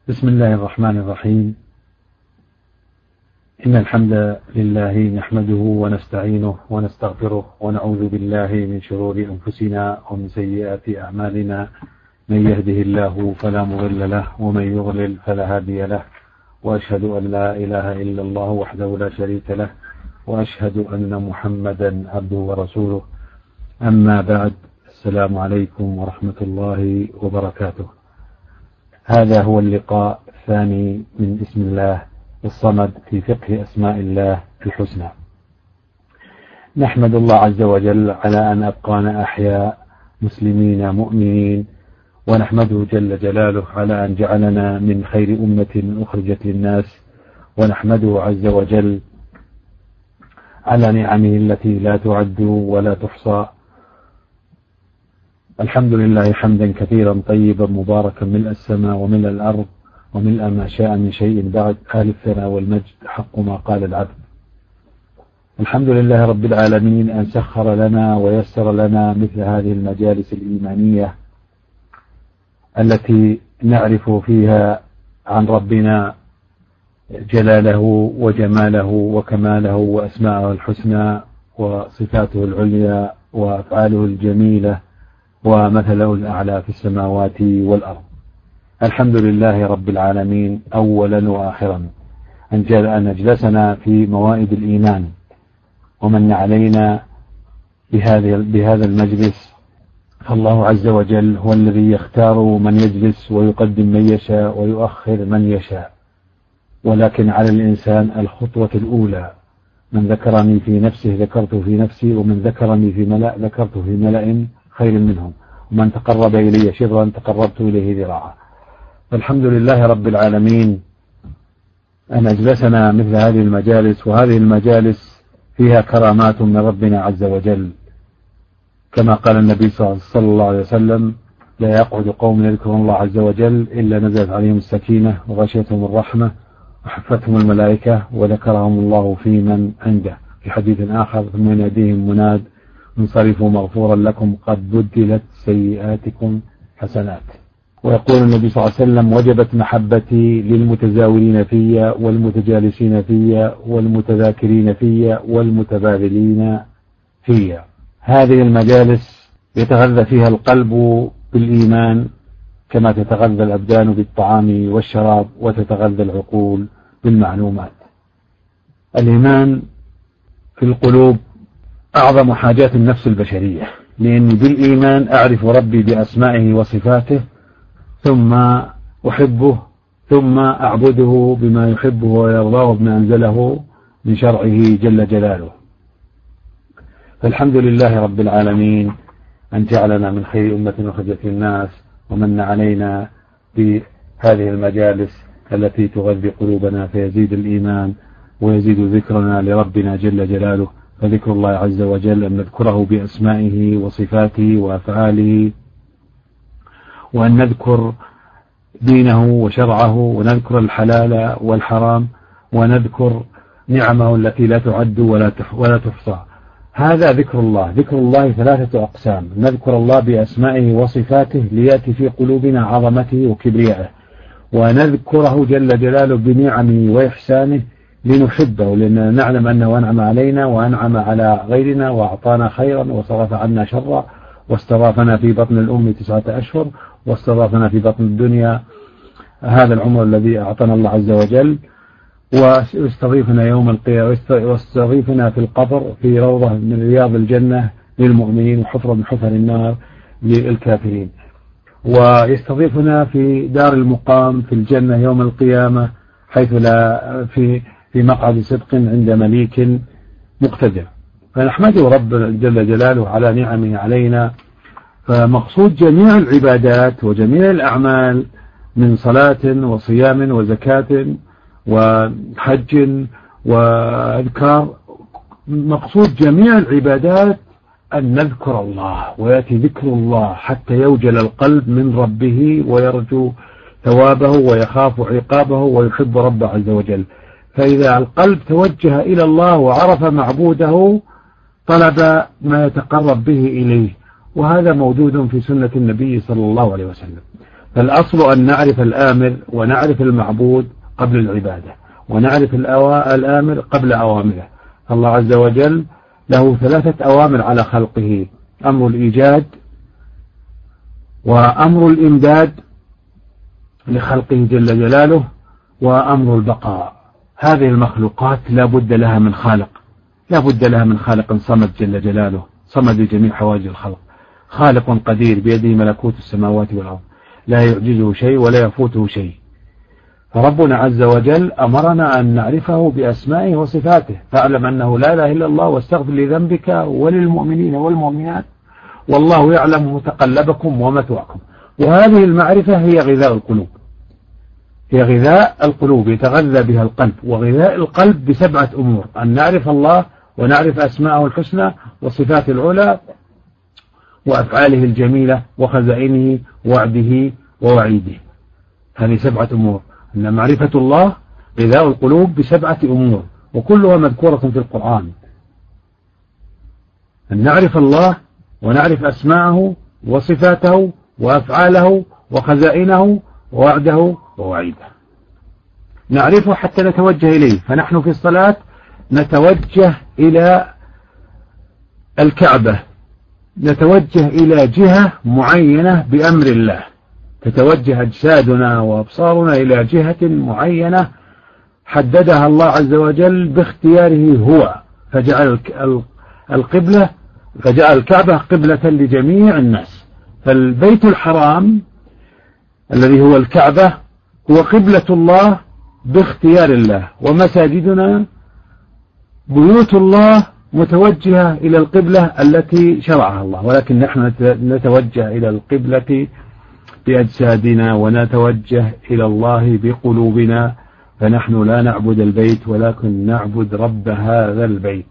بسم الله الرحمن الرحيم. إن الحمد لله نحمده ونستعينه ونستغفره ونعوذ بالله من شرور أنفسنا ومن سيئات أعمالنا. من يهده الله فلا مضل له ومن يضلل فلا هادي له، وأشهد أن لا إله إلا الله وحده لا شريك له، وأشهد أن محمدا عبده ورسوله. أما بعد، السلام عليكم ورحمة الله وبركاته. هذا هو اللقاء الثاني من اسم الله الصمد في فقه أسماء الله الحسنى. نحمد الله عز وجل على أن أبقانا أحياء مسلمين مؤمنين، ونحمده جل جلاله على أن جعلنا من خير أمة أخرجت للناس، ونحمده عز وجل على نعمه التي لا تعد ولا تحصى. الحمد لله حمدا كثيرا طيبا مباركا ملء السماء وملء الأرض وملء ما شاء من شيء بعد، أهل الثناء والمجد حق ما قال العبد. الحمد لله رب العالمين أن سخر لنا ويسر لنا مثل هذه المجالس الإيمانية التي نعرف فيها عن ربنا جلاله وجماله وكماله وأسماءه الحسنى وصفاته العليا وأفعاله الجميلة ومثله الأعلى في السماوات والأرض. الحمد لله رب العالمين أولا وآخرا أن أجلسنا في موائد الإيمان، ومن علينا بهذا المجلس. فالله عز وجل هو الذي يختار من يجلس ويقدم من يشاء ويؤخر من يشاء، ولكن على الإنسان الخطوة الأولى. من ذكرني في نفسه ذكرته في نفسي، ومن ذكرني في ملأ ذكرته في ملأ خير منهم، ومن تقرب إلي شبرا تقربت إليه ذراعا. فالحمد لله رب العالمين أن أجلسنا مثل هذه المجالس، وهذه المجالس فيها كرامات من ربنا عز وجل، كما قال النبي صلى الله عليه وسلم: لا يقعد قوم يذكرون الله عز وجل إلا نزلت عليهم السكينة وغشيتهم الرحمة وحفتهم الملائكة وذكرهم الله في من عنده. في حديث آخر: ثم يناديهم مناد: انصرفوا مغفورا لكم قد بدلت سيئاتكم حسنات. ويقول النبي صلى الله عليه وسلم: وجبت محبتي للمتزاورين في والمتجالسين في والمتذاكرين في والمتبادلين في. هذه المجالس يتغذى فيها القلب بالإيمان كما تتغذى الأبدان بالطعام والشراب، وتتغذى العقول بالمعلومات. الإيمان في القلوب أعظم حاجات النفس البشرية، لأني بالإيمان أعرف ربي بأسمائه وصفاته، ثم أحبه، ثم أعبده بما يحبه ويرضاه بما أنزله من شرعه جل جلاله. فالحمد لله رب العالمين أن جعلنا من خير أمة أخرجت للناس، ومن علينا بهذه المجالس التي تغذي قلوبنا فيزيد الإيمان ويزيد ذكرنا لربنا جل جلاله. فذكر الله عز وجل أن نذكره بأسمائه وصفاته وأفعاله، وأن نذكر دينه وشرعه، ونذكر الحلال والحرام، ونذكر نعمه التي لا تعد ولا تحصى. هذا ذكر الله. ذكر الله ثلاثة أقسام: نذكر الله بأسمائه وصفاته ليأتي في قلوبنا عظمته وكبريائه، ونذكره جل جلاله بنعمه وإحسانه لنحبه، لأننا نعلم أنه أنعم علينا وأنعم على غيرنا وأعطانا خيرا وصرف عنا شرا، واستضافنا في بطن الأم 9 أشهر، واستضافنا في بطن الدنيا هذا العمر الذي أعطانا الله عز وجل، واستضيفنا يوم القيامة، واستضيفنا في القبر في روضة من رياض الجنة للمؤمنين وحفرة من حفر النار للكافرين، ويستضيفنا في دار المقام في الجنة يوم القيامة، حيث لا في مقعد صدق عند مليك مقتدر. فنحمده رب جل جلاله على نعمه علينا. فمقصود جميع العبادات وجميع الأعمال من صلاة وصيام وزكاة وحج وأذكار، مقصود جميع العبادات أن نذكر الله، ويأتي ذكر الله حتى يوجل القلب من ربه ويرجو ثوابه ويخاف عقابه ويحب ربه عز وجل. فإذا القلب توجه إلى الله وعرف معبوده طلب ما يتقرب به إليه، وهذا موجود في سنة النبي صلى الله عليه وسلم. فالأصل أن نعرف الآمر ونعرف المعبود قبل العبادة، ونعرف الآمر قبل أوامره. الله عز وجل له 3 أوامر على خلقه: أمر الإيجاد، وأمر الإمداد لخلقه جل جلاله، وأمر البقاء. هذه المخلوقات لا بد لها من خالق، لا بد لها من خالق صمد جل جلاله، صمد لجميع حوائج الخلق، خالق قدير بيده ملكوت السماوات والأرض، لا يعجزه شيء ولا يفوته شيء. فربنا عز وجل أمرنا أن نعرفه بأسمائه وصفاته. فاعلم أنه لا إله إلا الله، واستغفر لذنبك وللمؤمنين والمؤمنات، والله يعلم متقلبكم ومثواكم. وهذه المعرفة هي غذاء القلوب، هي غذاء القلوب يتغذى بها القلب. وغذاء القلب ب7 أمور: أن نعرف الله ونعرف أسماءه الحسنى وصفاته العلى وأفعاله الجميلة وخزائنه وعده ووعيده. هذه 7 أمور. أن معرفة الله غذاء القلوب ب7 أمور، وكلها مذكورة في القرآن. أن نعرف الله ونعرف أسماءه وصفاته وأفعاله وخزائنه ووعده ووعيده. نعرفه حتى نتوجه إليه. فنحن في الصلاة نتوجه إلى الكعبة، نتوجه إلى جهة معينة بأمر الله، تتوجه أجسادنا وأبصارنا إلى جهة معينة حددها الله عز وجل باختياره هو، فجعل الكعبة قبلة لجميع الناس. فالبيت الحرام الذي هو الكعبة هو قبلة الله باختيار الله، ومساجدنا بيوت الله متوجهة إلى القبلة التي شرعها الله، ولكن نحن نتوجه إلى القبلة بأجسادنا ونتوجه إلى الله بقلوبنا. فنحن لا نعبد البيت ولكن نعبد رب هذا البيت.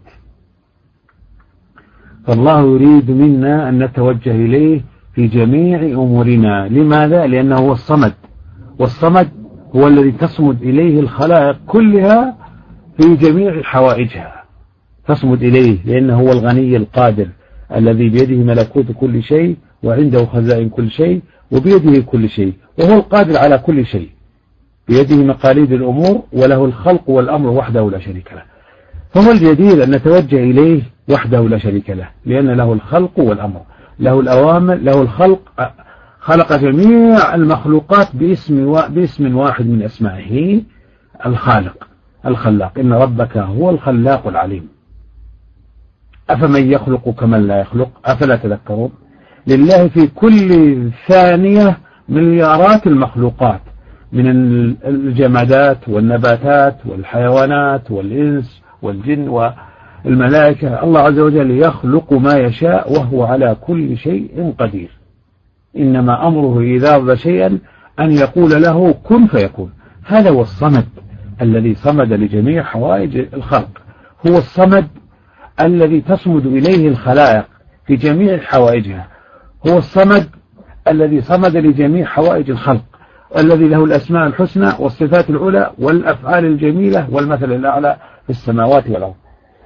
فالله يريد منا أن نتوجه إليه في جميع أمورنا. لماذا؟ لأنه هو الصمد، والصمد هو الذي تصمد إليه الخلائق كلها في جميع حوائجها، تصمد إليه لأنه هو الغني القادر الذي بيده ملكوت كل شيء وعنده خزائن كل شيء وبيده كل شيء، وهو القادر على كل شيء، بيده مقاليد الأمور وله الخلق والأمر وحده لا شريك له. فهو الجدير أن نتوجه إليه وحده لا شريك له، لأن له الخلق والأمر، له الأوامر، له الخلق، خلق جميع المخلوقات باسم واحد من أسمائه: الخالق الخلاق. إن ربك هو الخلاق العليم. أفمن يخلق كمن لا يخلق أفلا تذكرون. لله في كل ثانية مليارات المخلوقات من الجمادات والنباتات والحيوانات والإنس والجن والملائكة. الله عز وجل يخلق ما يشاء وهو على كل شيء قدير. إنما أمره إذا أراد شيئا أن يقول له كن فيكون. هذا هو الصمد الذي صمد لجميع حوائج الخلق، هو الصمد الذي تصمد إليه الخلائق في جميع حوائجها، هو الصمد الذي صمد لجميع حوائج الخلق، الذي له الأسماء الحسنى والصفات العلى والأفعال الجميلة والمثل الأعلى في السماوات والأرض.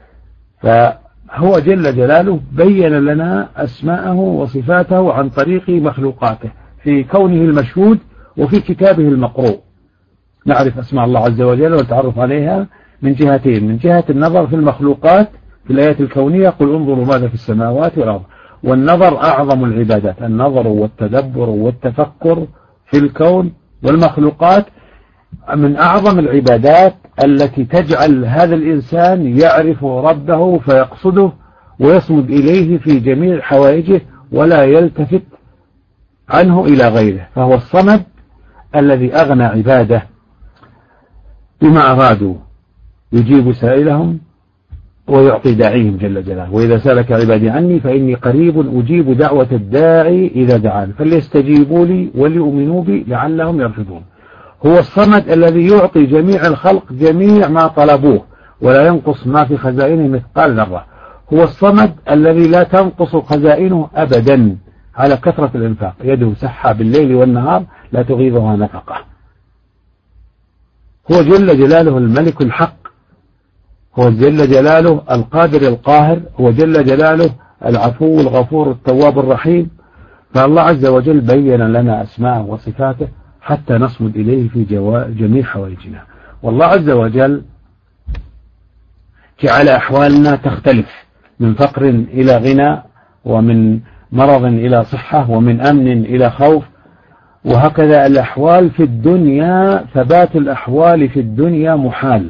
فهو جل جلاله بين لنا أسماءه وصفاته عن طريق مخلوقاته في كونه المشهود وفي كتابه المقروء. نعرف أسماء الله عز وجل والتعرف عليها من جهتين: من جهة النظر في المخلوقات في الآيات الكونية، قل انظروا ماذا في السماوات والأرض، والنظر أعظم العبادات، النظر والتدبر والتفكر في الكون والمخلوقات من أعظم العبادات التي تجعل هذا الإنسان يعرف ربه فيقصده ويصمد إليه في جميع حوائجه ولا يلتفت عنه إلى غيره. فهو الصمد الذي أغنى عباده بما أرادوا، يجيب سائلهم ويعطي داعيهم جل جلاله. وإذا سألك عبادي عني فإني قريب أجيب دعوة الداعي إذا دعان فليستجيبوا لي وليؤمنوا بي لعلهم يرشدون. هو الصمد الذي يعطي جميع الخلق جميع ما طلبوه ولا ينقص ما في خزائنه مثقال ذرة. هو الصمد الذي لا تنقص خزائنه أبدا على كثرة الإنفاق، يده سحى بالليل والنهار لا تغيظها نفقة. هو جل جلاله الملك الحق، هو جل جلاله القادر القاهر، هو جل جلاله العفو الغفور التواب الرحيم. فالله عز وجل بين لنا أسماءه وصفاته حتى نصمد إليه في جميع حوائجنا. والله عز وجل جعل أحوالنا تختلف، من فقر إلى غنى، ومن مرض إلى صحة، ومن أمن إلى خوف، وهكذا الأحوال في الدنيا. ثبات الأحوال في الدنيا محال،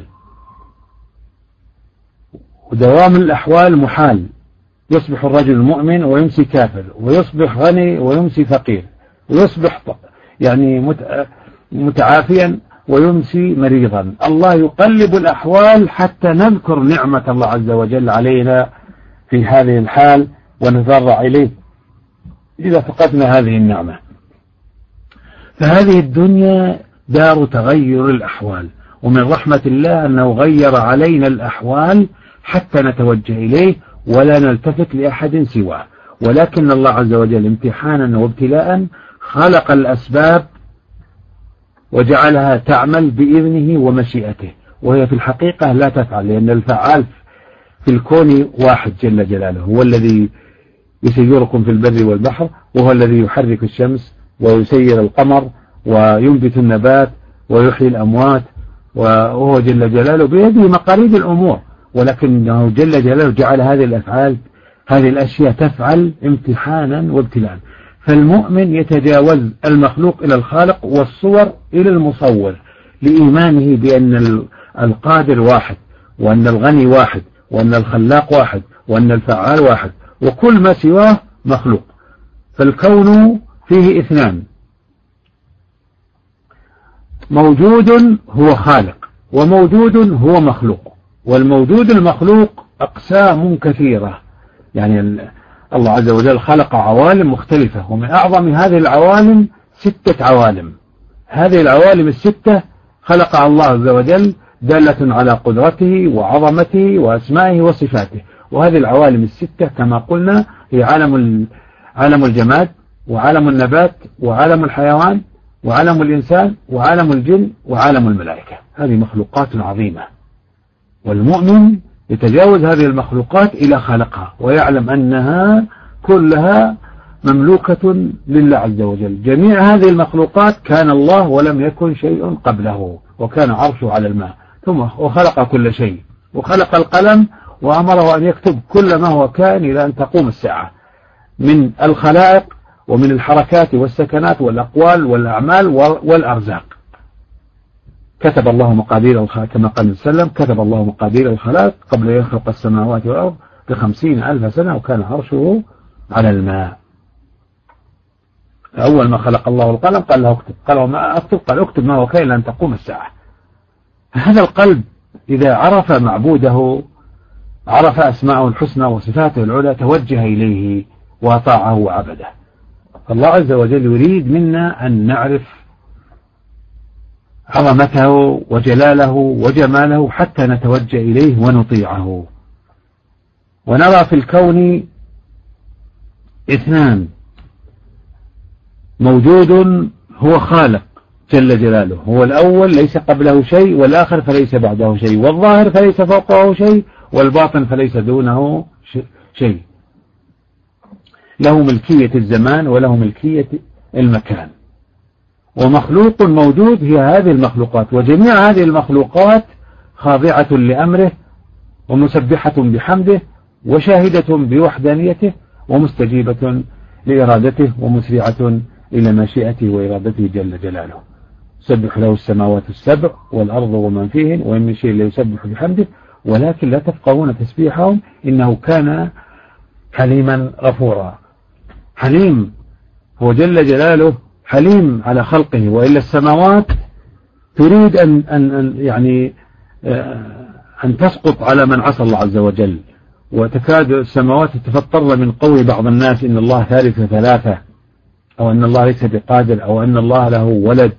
ودوام الأحوال محال. يصبح الرجل مؤمن ويمسي كافر، ويصبح غني ويمسي فقير، ويصبح يعني متعافيا ويمسي مريضا. الله يقلب الأحوال حتى نذكر نعمة الله عز وجل علينا في هذه الحال ونتضرع إليه إذا فقدنا هذه النعمة. فهذه الدنيا دار تغير الأحوال، ومن رحمة الله أنه غير علينا الأحوال حتى نتوجه إليه ولا نلتفت لأحد سواه. ولكن الله عز وجل امتحانا وابتلاء خلق الأسباب وجعلها تعمل بإذنه ومشيئته، وهي في الحقيقة لا تفعل، لأن الفعال في الكون واحد جل جلاله، هو الذي يسيركم في البر والبحر، وهو الذي يحرك الشمس ويسير القمر وينبت النبات ويحيي الأموات، وهو جل جلاله بيده مقاليد الأمور. ولكنه جل جلاله جعل هذه الأفعال، هذه الأشياء تفعل امتحانا وابتلاء. فالمؤمن يتجاوز المخلوق إلى الخالق والصور إلى المصور، لإيمانه بأن القادر واحد، وأن الغني واحد، وأن الخلاق واحد، وأن الفعال واحد، وكل ما سواه مخلوق. فالكون فيه اثنان، موجود هو خالق، وموجود هو مخلوق. والموجود المخلوق أقسام كثيرة، يعني الله عز وجل خلق عوالم مختلفة، ومن أعظم هذه العوالم 6 عوالم. هذه العوالم ال6 خلقها الله عز وجل دالة على قدرته وعظمته وأسمائه وصفاته. وهذه العوالم ال6 كما قلنا هي عالم الجماد، وعالم النبات، وعالم الحيوان، وعالم الإنسان، وعالم الجن، وعالم الملائكة. هذه مخلوقات عظيمة، والمؤمن يتجاوز هذه المخلوقات إلى خلقها، ويعلم أنها كلها مملوكة لله عز وجل. جميع هذه المخلوقات كان الله ولم يكن شيء قبله، وكان عرشه على الماء، ثم وخلق كل شيء، وخلق القلم وأمره أن يكتب كل ما هو كان إلى أن تقوم الساعة من الخلائق، ومن الحركات والسكنات والأقوال والأعمال والأرزاق. كتب الله مقادير الخلائق، كما قال وسلم: كتب الله مقادير الخلائق قبل أن يخلق السماوات والأرض ب50,000 سنة، وكان عرشه على الماء. أول ما خلق الله القلم قال له اكتب، قال وما أكتب؟ قال اكتب ما هو كائن إلى أن تقوم الساعة. هذا القلب إذا عرف معبوده، عرف أسماءه الحسنى وصفاته العلى، توجه إليه وأطاعه وعبده. فالله عز وجل يريد منا أن نعرف عظمته وجلاله وجماله حتى نتوجه إليه ونطيعه. ونرى في الكون اثنان، موجود هو خالق جل جلاله، هو الأول ليس قبله شيء، والآخر فليس بعده شيء، والظاهر فليس فوقه شيء، والباطن فليس دونه شيء. له ملكية الزمان وله ملكية المكان. ومخلوق موجود هي هذه المخلوقات، وجميع هذه المخلوقات خاضعة لأمره، ومسبحة بحمده، وشاهدة بوحدانيته، ومستجيبة لإرادته، ومسرعة إلى مشيئته وإرادته جل جلاله. سبح له السماوات السبع والأرض ومن فيهن، وإن من شيء لا يسبح بحمده ولكن لا تفقهون تسبيحهم إنه كان حليما غفورا. حليم هو جل جلاله، حليم على خلقه. وإلا السماوات تريد أن تسقط على من عصى الله عز وجل، وتكاد السماوات تتفطر من قول بعض الناس إن الله ثالث ثلاثة، أو أن الله ليس بقادر، أو أن الله له ولد.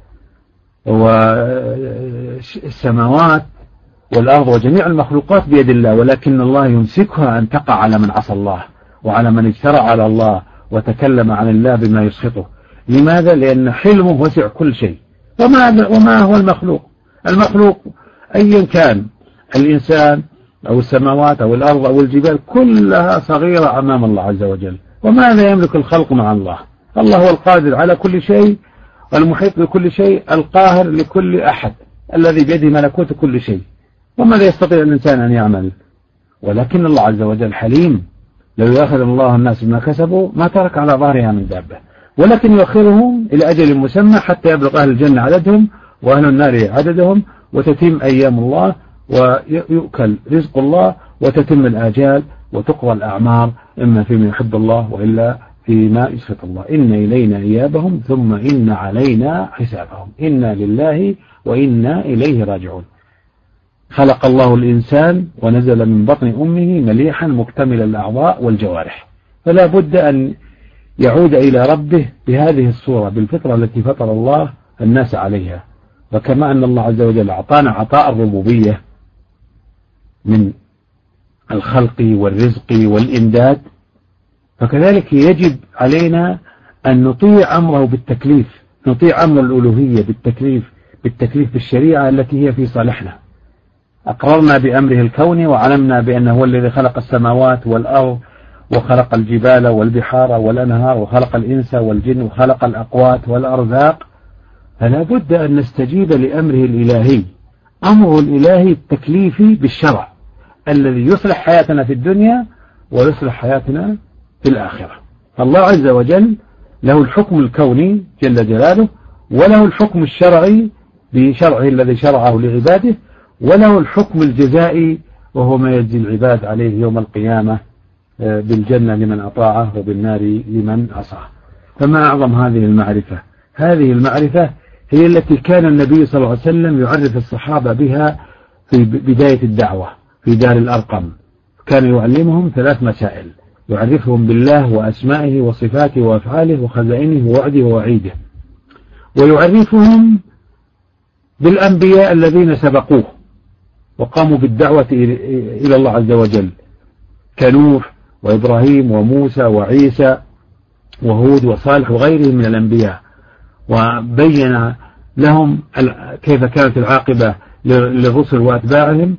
والسماوات والأرض وجميع المخلوقات بيد الله، ولكن الله يمسكها أن تقع على من عصى الله وعلى من اجترأ على الله وتكلم عن الله بما يسخطه. لماذا؟ لأن حلمه وسع كل شيء. وما هو المخلوق؟ المخلوق أيا كان، الإنسان أو السماوات أو الأرض أو الجبال، كلها صغيرة أمام الله عز وجل، وماذا يملك الخلق مع الله؟ الله هو القادر على كل شيء، المحيط بكل شيء، القاهر لكل أحد، الذي بيده ملكوت كل شيء. وماذا يستطيع الإنسان أن يعمل؟ ولكن الله عز وجل حليم، لو يأخذ الله الناس بما كسبوا ما ترك على ظهرها من دابة، ولكن يؤخرهم إلى أجل مسمى حتى يبلغ أهل الجنة عددهم وأهل النار عددهم، وتتم أيام الله ويؤكل رزق الله وتتم الآجال وتقضى الأعمار، إما فيما يحب الله وإلا فيما يسخط الله. إن إلينا إيابهم ثم إن علينا حسابهم، إنا لله وإنا إليه راجعون. خلق الله الإنسان ونزل من بطن أمه مليحا مكتمل الأعضاء والجوارح، فلا بد أن يعود إلى ربه بهذه الصورة، بالفطرة التي فطر الله الناس عليها. وكما أن الله عز وجل أعطانا عطاء الربوبية من الخلق والرزق والإمداد، فكذلك يجب علينا أن نطيع أمره بالتكليف، نطيع أمر الألوهية بالتكليف بالشريعة التي هي في صالحنا. أقررنا بأمره الكوني وعلمنا بأنه هو الذي خلق السماوات والأرض وخلق الجبال والبحار والأنهار وخلق الإنس والجن وخلق الأقوات والأرزاق، فلا بد أن نستجيب لأمره الإلهي. أمره الإلهي التكليفي بالشرع الذي يصلح حياتنا في الدنيا ويصلح حياتنا في الآخرة. الله عز وجل له الحكم الكوني جل جلاله، وله الحكم الشرعي بشرعه الذي شرعه لعباده، وله الحكم الجزائي وهو ما يجزي العباد عليه يوم القيامة بالجنة لمن أطاعه وبالنار لمن عصاه. فما أعظم هذه المعرفة؟ هذه المعرفة هي التي كان النبي صلى الله عليه وسلم يعرف الصحابة بها في بداية الدعوة في دار الأرقم. كان يعلمهم 3 مسائل: يعرفهم بالله وأسمائه وصفاته وأفعاله وخزائنه ووعده ووعيده، ويعرفهم بالأنبياء الذين سبقوه وقاموا بالدعوة إلى الله عز وجل، كنوح وإبراهيم وموسى وعيسى وهود وصالح وغيرهم من الأنبياء، وبين لهم كيف كانت العاقبة للرسل وأتباعهم،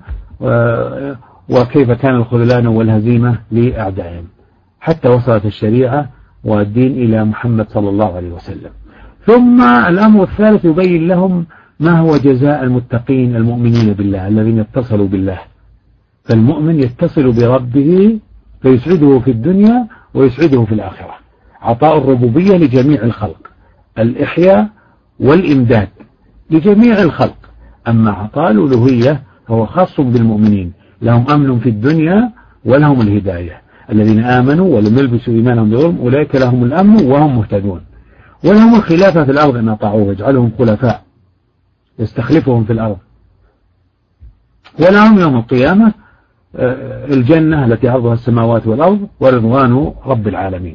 وكيف كان الخذلان والهزيمة لأعدائهم، حتى وصلت الشريعة والدين إلى محمد صلى الله عليه وسلم. ثم الأمر الثالث يبين لهم ما هو جزاء المتقين المؤمنين بالله الذين اتصلوا بالله. فالمؤمن يتصل بربه فيسعده في الدنيا ويسعده في الآخرة. عطاء الربوبية لجميع الخلق، الإحياء والإمداد لجميع الخلق. أما عطاء الألوهية هو خاص بالمؤمنين، لهم أمن في الدنيا ولهم الهداية. الذين آمنوا ولم يلبسوا إيمانهم بظلم أولئك لهم الأمن وهم مهتدون. ولهم الخلافة في الأرض إن أطاعوه يجعلهم خلفاء يستخلفهم في الأرض. ولهم يوم القيامة الجنة التي عرضها السماوات والأرض ورضوان رب العالمين.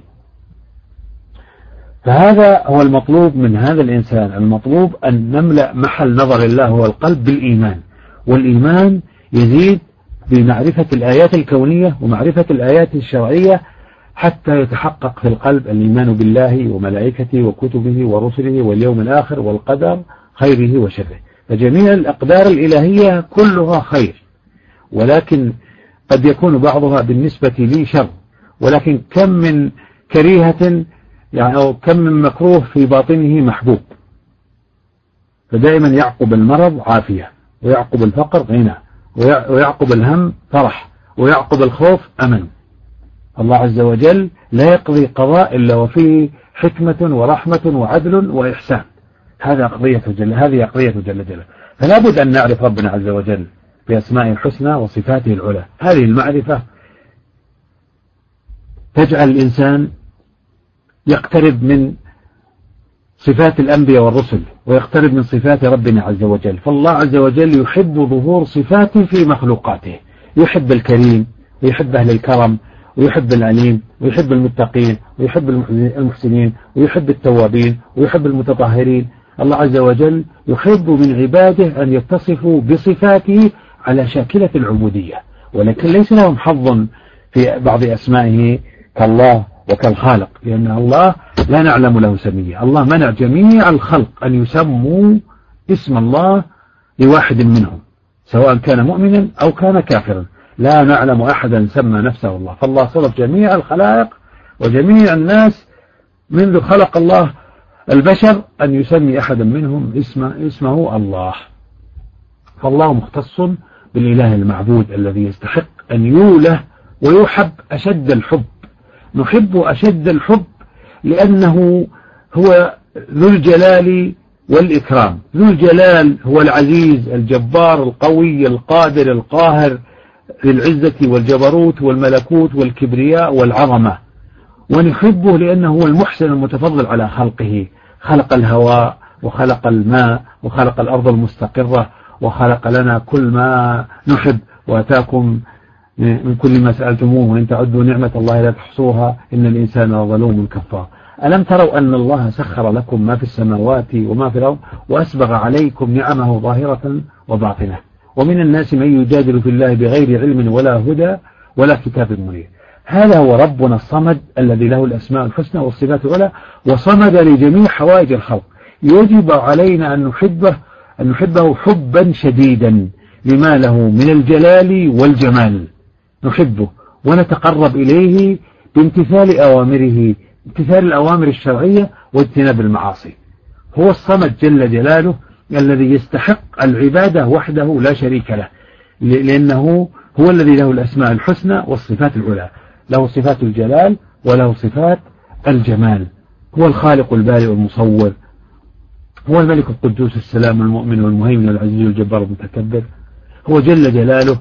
فهذا هو المطلوب من هذا الإنسان. المطلوب أن نملأ محل نظر الله هو القلب بالإيمان، والإيمان يزيد بمعرفة الآيات الكونية ومعرفة الآيات الشرعية حتى يتحقق في القلب الإيمان بالله وملائكته وكتبه ورسله واليوم الآخر والقدر خيره وشره. فجميع الأقدار الإلهية كلها خير، ولكن قد يكون بعضها بالنسبة لي شر، ولكن كم من كريهة يعني أو كم من مكروه في باطنه محبوب. فدائما يعقب المرض عافية، ويعقب الفقر غنى، ويعقب الهم فرح، ويعقب الخوف أمن. الله عز وجل لا يقضي قضاء إلا وفيه حكمة ورحمة وعدل وإحسان. هذه قضية جل جلاله. فلا بد أن نعرف ربنا عز وجل بأسمائه الحسنى وصفاته العلى. هذه المعرفة تجعل الإنسان يقترب من صفات الأنبياء والرسل ويقترب من صفات ربنا عز وجل. فالله عز وجل يحب ظهور صفاته في مخلوقاته، يحب الكريم ويحب أهل الكرم ويحب العليم ويحب المتقين ويحب المحسنين ويحب التوابين ويحب المتطهرين. الله عز وجل يحب من عباده أن يتصفوا بصفاته على شاكلة العبودية، ولكن ليس لهم حظ في بعض أسمائه كالله وكالخالق، لأن الله لا نعلم له سمية. الله منع جميع الخلق أن يسموا اسم الله لواحد منهم، سواء كان مؤمنا أو كان كافرا. لا نعلم أحدا سمى نفسه الله. فالله صرف جميع الخلائق وجميع الناس منذ خلق الله البشر أن يسمي أحدا منهم اسمه الله. فالله مختص بالإله المعبود الذي يستحق أن يوله ويحب أشد الحب. نحب أشد الحب لأنه هو ذو الجلال والإكرام. ذو الجلال هو العزيز الجبار القوي القادر القاهر ذي العزة والجبروت والملكوت والكبرياء والعظمة. ونحبه لأنه هو المحسن المتفضل على خلقه، خلق الهواء وخلق الماء وخلق الأرض المستقرة وخلق لنا كل ما نحب، وأتاكم من كل ما سألتموه وإن تعدوا نعمة الله لا تحصوها إن الإنسان ظلوم كفار. ألم تروا أن الله سخر لكم ما في السماوات وما في الأرض وأسبغ عليكم نعمه ظاهرة وباطنة، ومن الناس من يجادل في الله بغير علم ولا هدى ولا كتاب منير. هذا هو ربنا الصمد الذي له الأسماء الحسنى والصفات العلى، وصمد لجميع حوائج الخلق. يجب علينا أن نحبه حبا شديدا لما له من الجلال والجمال. نحبه ونتقرب إليه بامتثال أوامره، امتثال الأوامر الشرعية واجتناب المعاصي. هو الصمد جل جلاله الذي يستحق العبادة وحده لا شريك له، لأنه هو الذي له الأسماء الحسنى والصفات العلى، له صفات الجلال وله صفات الجمال. هو الخالق البارئ المصور، هو الملك القدوس السلام المؤمن والمهيمن العزيز الجبار المتكبر. هو جل جلاله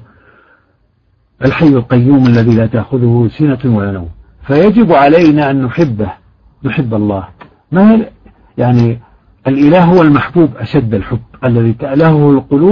الحي القيوم الذي لا تأخذه سنة ولا نوم. فيجب علينا أن نحب الله. ما يعني الإله هو المحبوب أشد الحب الذي تألهه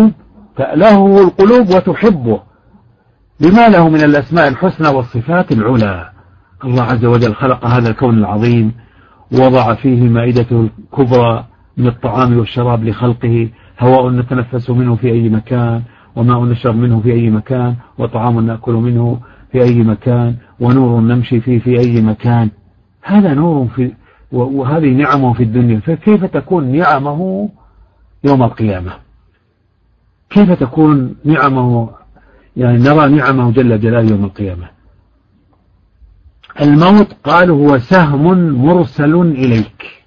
القلوب وتحبه لما له من الأسماء الحسنى والصفات العلى. الله عز وجل خلق هذا الكون العظيم، وضع فيه مائدته الكبرى من الطعام والشراب لخلقه، هواء نتنفس منه في أي مكان، وماء نشرب منه في أي مكان، وطعام نأكل منه في أي مكان، ونور نمشي فيه في أي مكان. هذا نور وهذه نعمه في الدنيا. فكيف تكون نعمه يوم القيامة؟ كيف تكون نعمه؟ يعني نرى نعمه جل جلاله يوم القيامة. الموت قالوا هو سهم مرسل إليك.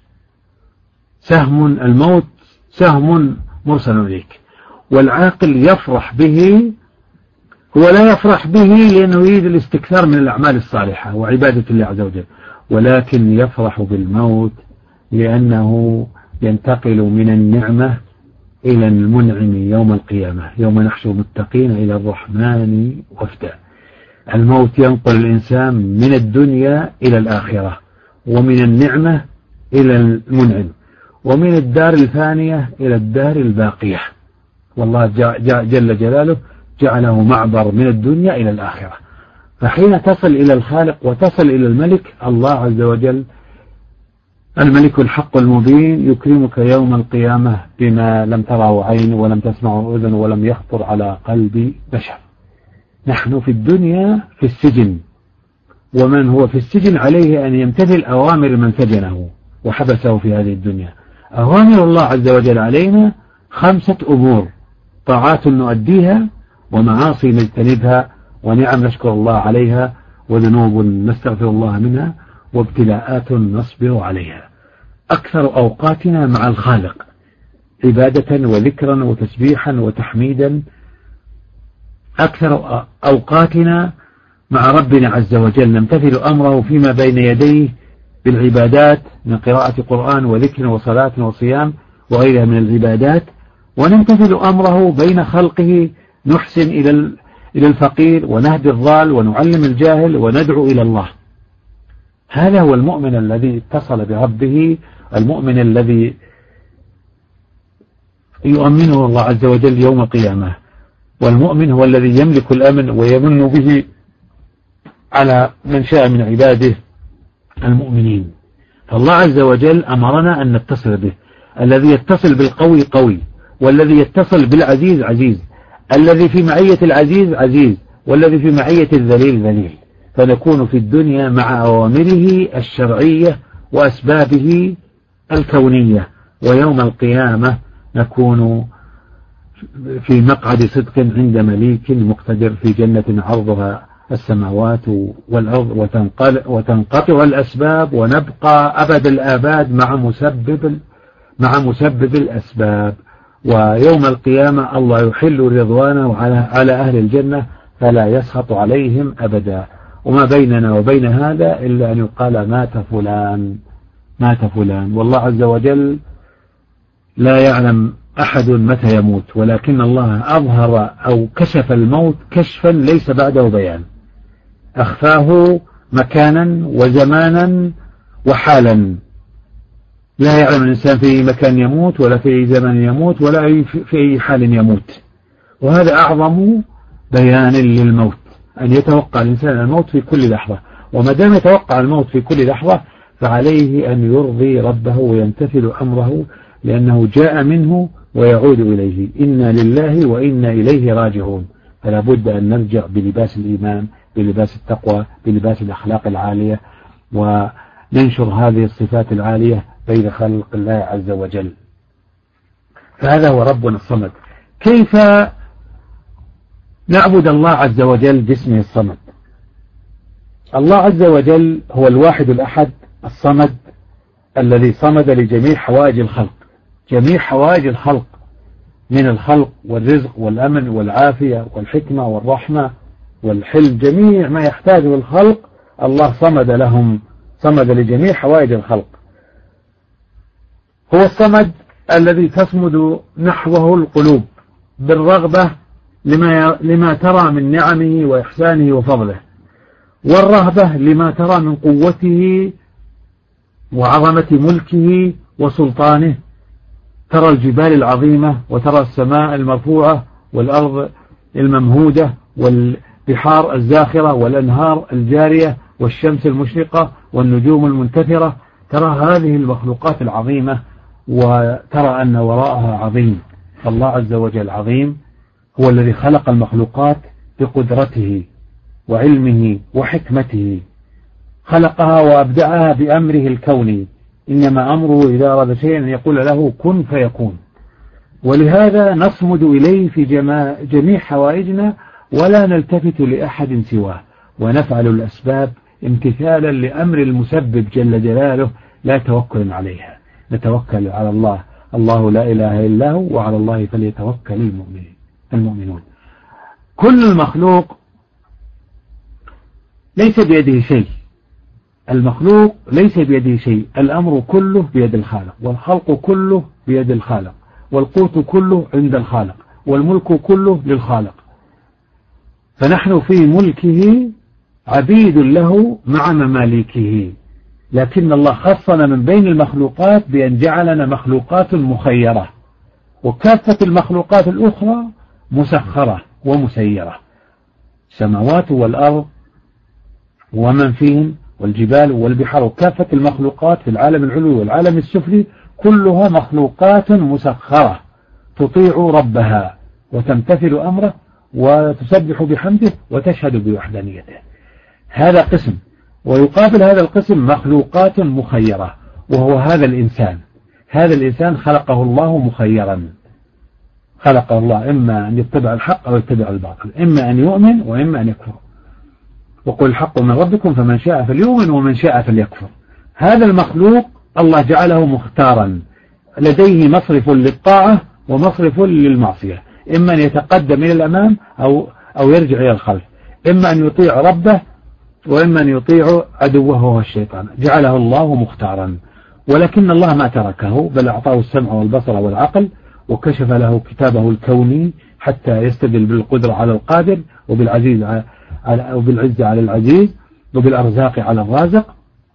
الموت سهم مرسل إليك، والعاقل يفرح به. هو لا يفرح به لأنه يريد الاستكثار من الأعمال الصالحة وعبادة الله عز وجل، ولكن يفرح بالموت لأنه ينتقل من النعمة إلى المنعم يوم القيامة، يوم نحشر المتقين إلى الرحمن وفدا. الموت ينقل الإنسان من الدنيا إلى الآخرة، ومن النعمة إلى المنعم، ومن الدار الفانية إلى الدار الباقية. والله جل جلاله جعله معبر من الدنيا إلى الآخرة. فحين تصل إلى الخالق وتصل إلى الملك الله عز وجل، الملك الحق المبين، يكرمك يوم القيامة بما لم تره عين ولم تسمعه أذن ولم يخطر على قلب بشر. نحن في الدنيا في السجن، ومن هو في السجن عليه أن يمتثل أوامر من سجنه وحبسه في هذه الدنيا. أوامر الله عز وجل علينا 5 أمور: طاعات نؤديها، ومعاصي نجتنبها، ونعم نشكر الله عليها، وذنوب نستغفر الله منها، وابتلاءات نصبر عليها. أكثر أوقاتنا مع الخالق عبادة وذكرا وتسبيحا وتحميدا، أكثر أوقاتنا مع ربنا عز وجل نمتثل أمره فيما بين يديه بالعبادات من قراءة قرآن وذكر وصلاة وصيام وغيرها من العبادات، ونمتثل أمره بين خلقه، نحسن إلى الفقير ونهدي الضال ونعلم الجاهل وندعو إلى الله. هذا هو المؤمن الذي اتصل بربه، المؤمن الذي يؤمنه الله عز وجل يوم القيامة. والمؤمن هو الذي يملك الأمن ويمن به على من شاء من عباده المؤمنين. فالله عز وجل أمرنا أن نتصل به. الذي يتصل بالقوي قوي، والذي يتصل بالعزيز عزيز، الذي في معية العزيز عزيز، والذي في معية الذليل ذليل. فنكون في الدنيا مع أوامره الشرعية وأسبابه الكونية، ويوم القيامة نكون في مقعد صدق عند مليك مقتدر في جنة عرضها السماوات والأرض وتنقطع الأسباب ونبقى أبد الآباد مع مسبب الأسباب. ويوم القيامة الله يحل رضوانه على أهل الجنة فلا يسخط عليهم أبدا. وما بيننا وبين هذا إلا أن يقال مات فلان، والله عز وجل لا يعلم أحد متى يموت، ولكن الله أظهر أو كشف الموت كشفا ليس بعده بيان، أخفاه مكانا وزمانا وحالا. لا يعلم الإنسان في أي مكان يموت ولا في أي زمن يموت ولا في أي حال يموت. وهذا أعظم بيان للموت، أن يتوقع الإنسان الموت في كل لحظة. وما دام يتوقع الموت في كل لحظة فعليه أن يرضي ربه ويمتثل أمره، لأنه جاء منه ويعود إليه. إنا لله وإنا إليه راجعون. فلا بد أن نرجع بلباس الإيمان، بلباس التقوى، بلباس الأخلاق العالية، وننشر هذه الصفات العالية بين خلق الله عز وجل. فهذا هو ربنا الصمد. كيف نعبد الله عز وجل باسمه الصمد؟ الله عز وجل هو الواحد الأحد الصمد الذي صمد لجميع حوائج الخلق، جميع حوائج الخلق من الخلق والرزق والأمن والعافية والحكمة والرحمة والحلم، جميع ما يحتاجه الخلق الله صمد لهم، صمد لجميع حوائج الخلق. هو الصمد الذي تصمد نحوه القلوب بالرغبة لما ترى من نعمه وإحسانه وفضله، والرهبة لما ترى من قوته وعظمة ملكه وسلطانه. ترى الجبال العظيمة وترى السماء المرفوعة والأرض الممهودة والبحار الزاخرة والأنهار الجارية والشمس المشرقة والنجوم المنتثرة. ترى هذه المخلوقات العظيمة وترى أن وراءها عظيم. فالله عز وجل عظيم، هو الذي خلق المخلوقات بقدرته وعلمه وحكمته، خلقها وأبدعها بأمره الكوني. إنما أمره إذا أراد شيئا أن يقول له كن فيكون. ولهذا نصمد إليه في جميع حوائجنا ولا نلتفت لأحد سواه، ونفعل الأسباب امتثالا لأمر المسبب جل جلاله لا توكل عليها. نتوكل على الله، الله لا إله إلا هو، وعلى الله فليتوكل المؤمنون. كل المخلوق ليس بيده شيء، المخلوق ليس بيده شيء، الأمر كله بيد الخالق، والخلق كله بيد الخالق، والقوت كله عند الخالق، والملك كله للخالق. فنحن في ملكه عبيد له مع مماليكه، لكن الله خصنا من بين المخلوقات بأن جعلنا مخلوقات مخيرة، وكافة المخلوقات الأخرى مسخرة ومسيرة. السماوات والأرض ومن فيهم والجبال والبحار وكافة المخلوقات في العالم العلوي والعالم السفلي كلها مخلوقات مسخرة تطيع ربها وتمتثل أمره وتسبح بحمده وتشهد بوحدانيته. هذا قسم. ويقابل هذا القسم مخلوقات مخيرة، وهو هذا الإنسان. هذا الإنسان خلقه الله مخيرا، خلقه الله إما أن يتبع الحق أو يتبع الباطل، إما أن يؤمن وإما أن يكفر. وقل الحق من ربكم فمن شاء فليؤمن ومن شاء فليكفر. هذا المخلوق الله جعله مختارا، لديه مصرف للطاعة ومصرف للمعصية، إما أن يتقدم إلى الأمام أو يرجع إلى الخلف، إما أن يطيع ربه وإما أن يطيع عدوه وهو الشيطان. جعله الله مختارا، ولكن الله ما تركه، بل أعطاه السمع والبصر والعقل، وكشف له كتابه الكوني حتى يستدل بالقدرة على القادر، وبالعز على العزيز، وبالأرزاق على الرازق.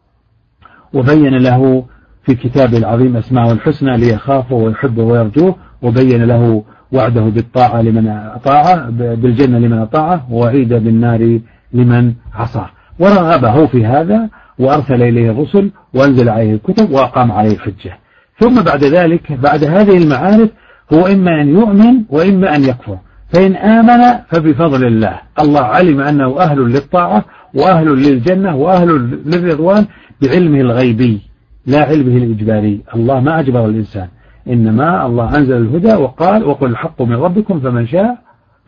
وبين له في كتابه العظيم أسماءه الحسنى ليخافه ويحبه ويرجوه، وبين له وعده بالطاعة لمن أطاعه، بالجنة لمن أطاعه، ووعيده بالنار لمن عصاه. ورغبه في هذا وأرسل إليه الرسل وأنزل عليه الكتب وأقام عليه الحجة. ثم بعد ذلك، بعد هذه المعارف، هو إما أن يؤمن وإما أن يكفر. فإن آمن فبفضل الله، الله علم أنه أهل للطاعة وأهل للجنة وأهل للرضوان بعلمه الغيبي لا علمه الإجباري. الله ما أجبر الإنسان، إنما الله أنزل الهدى وقال وقل الحق من ربكم فمن شاء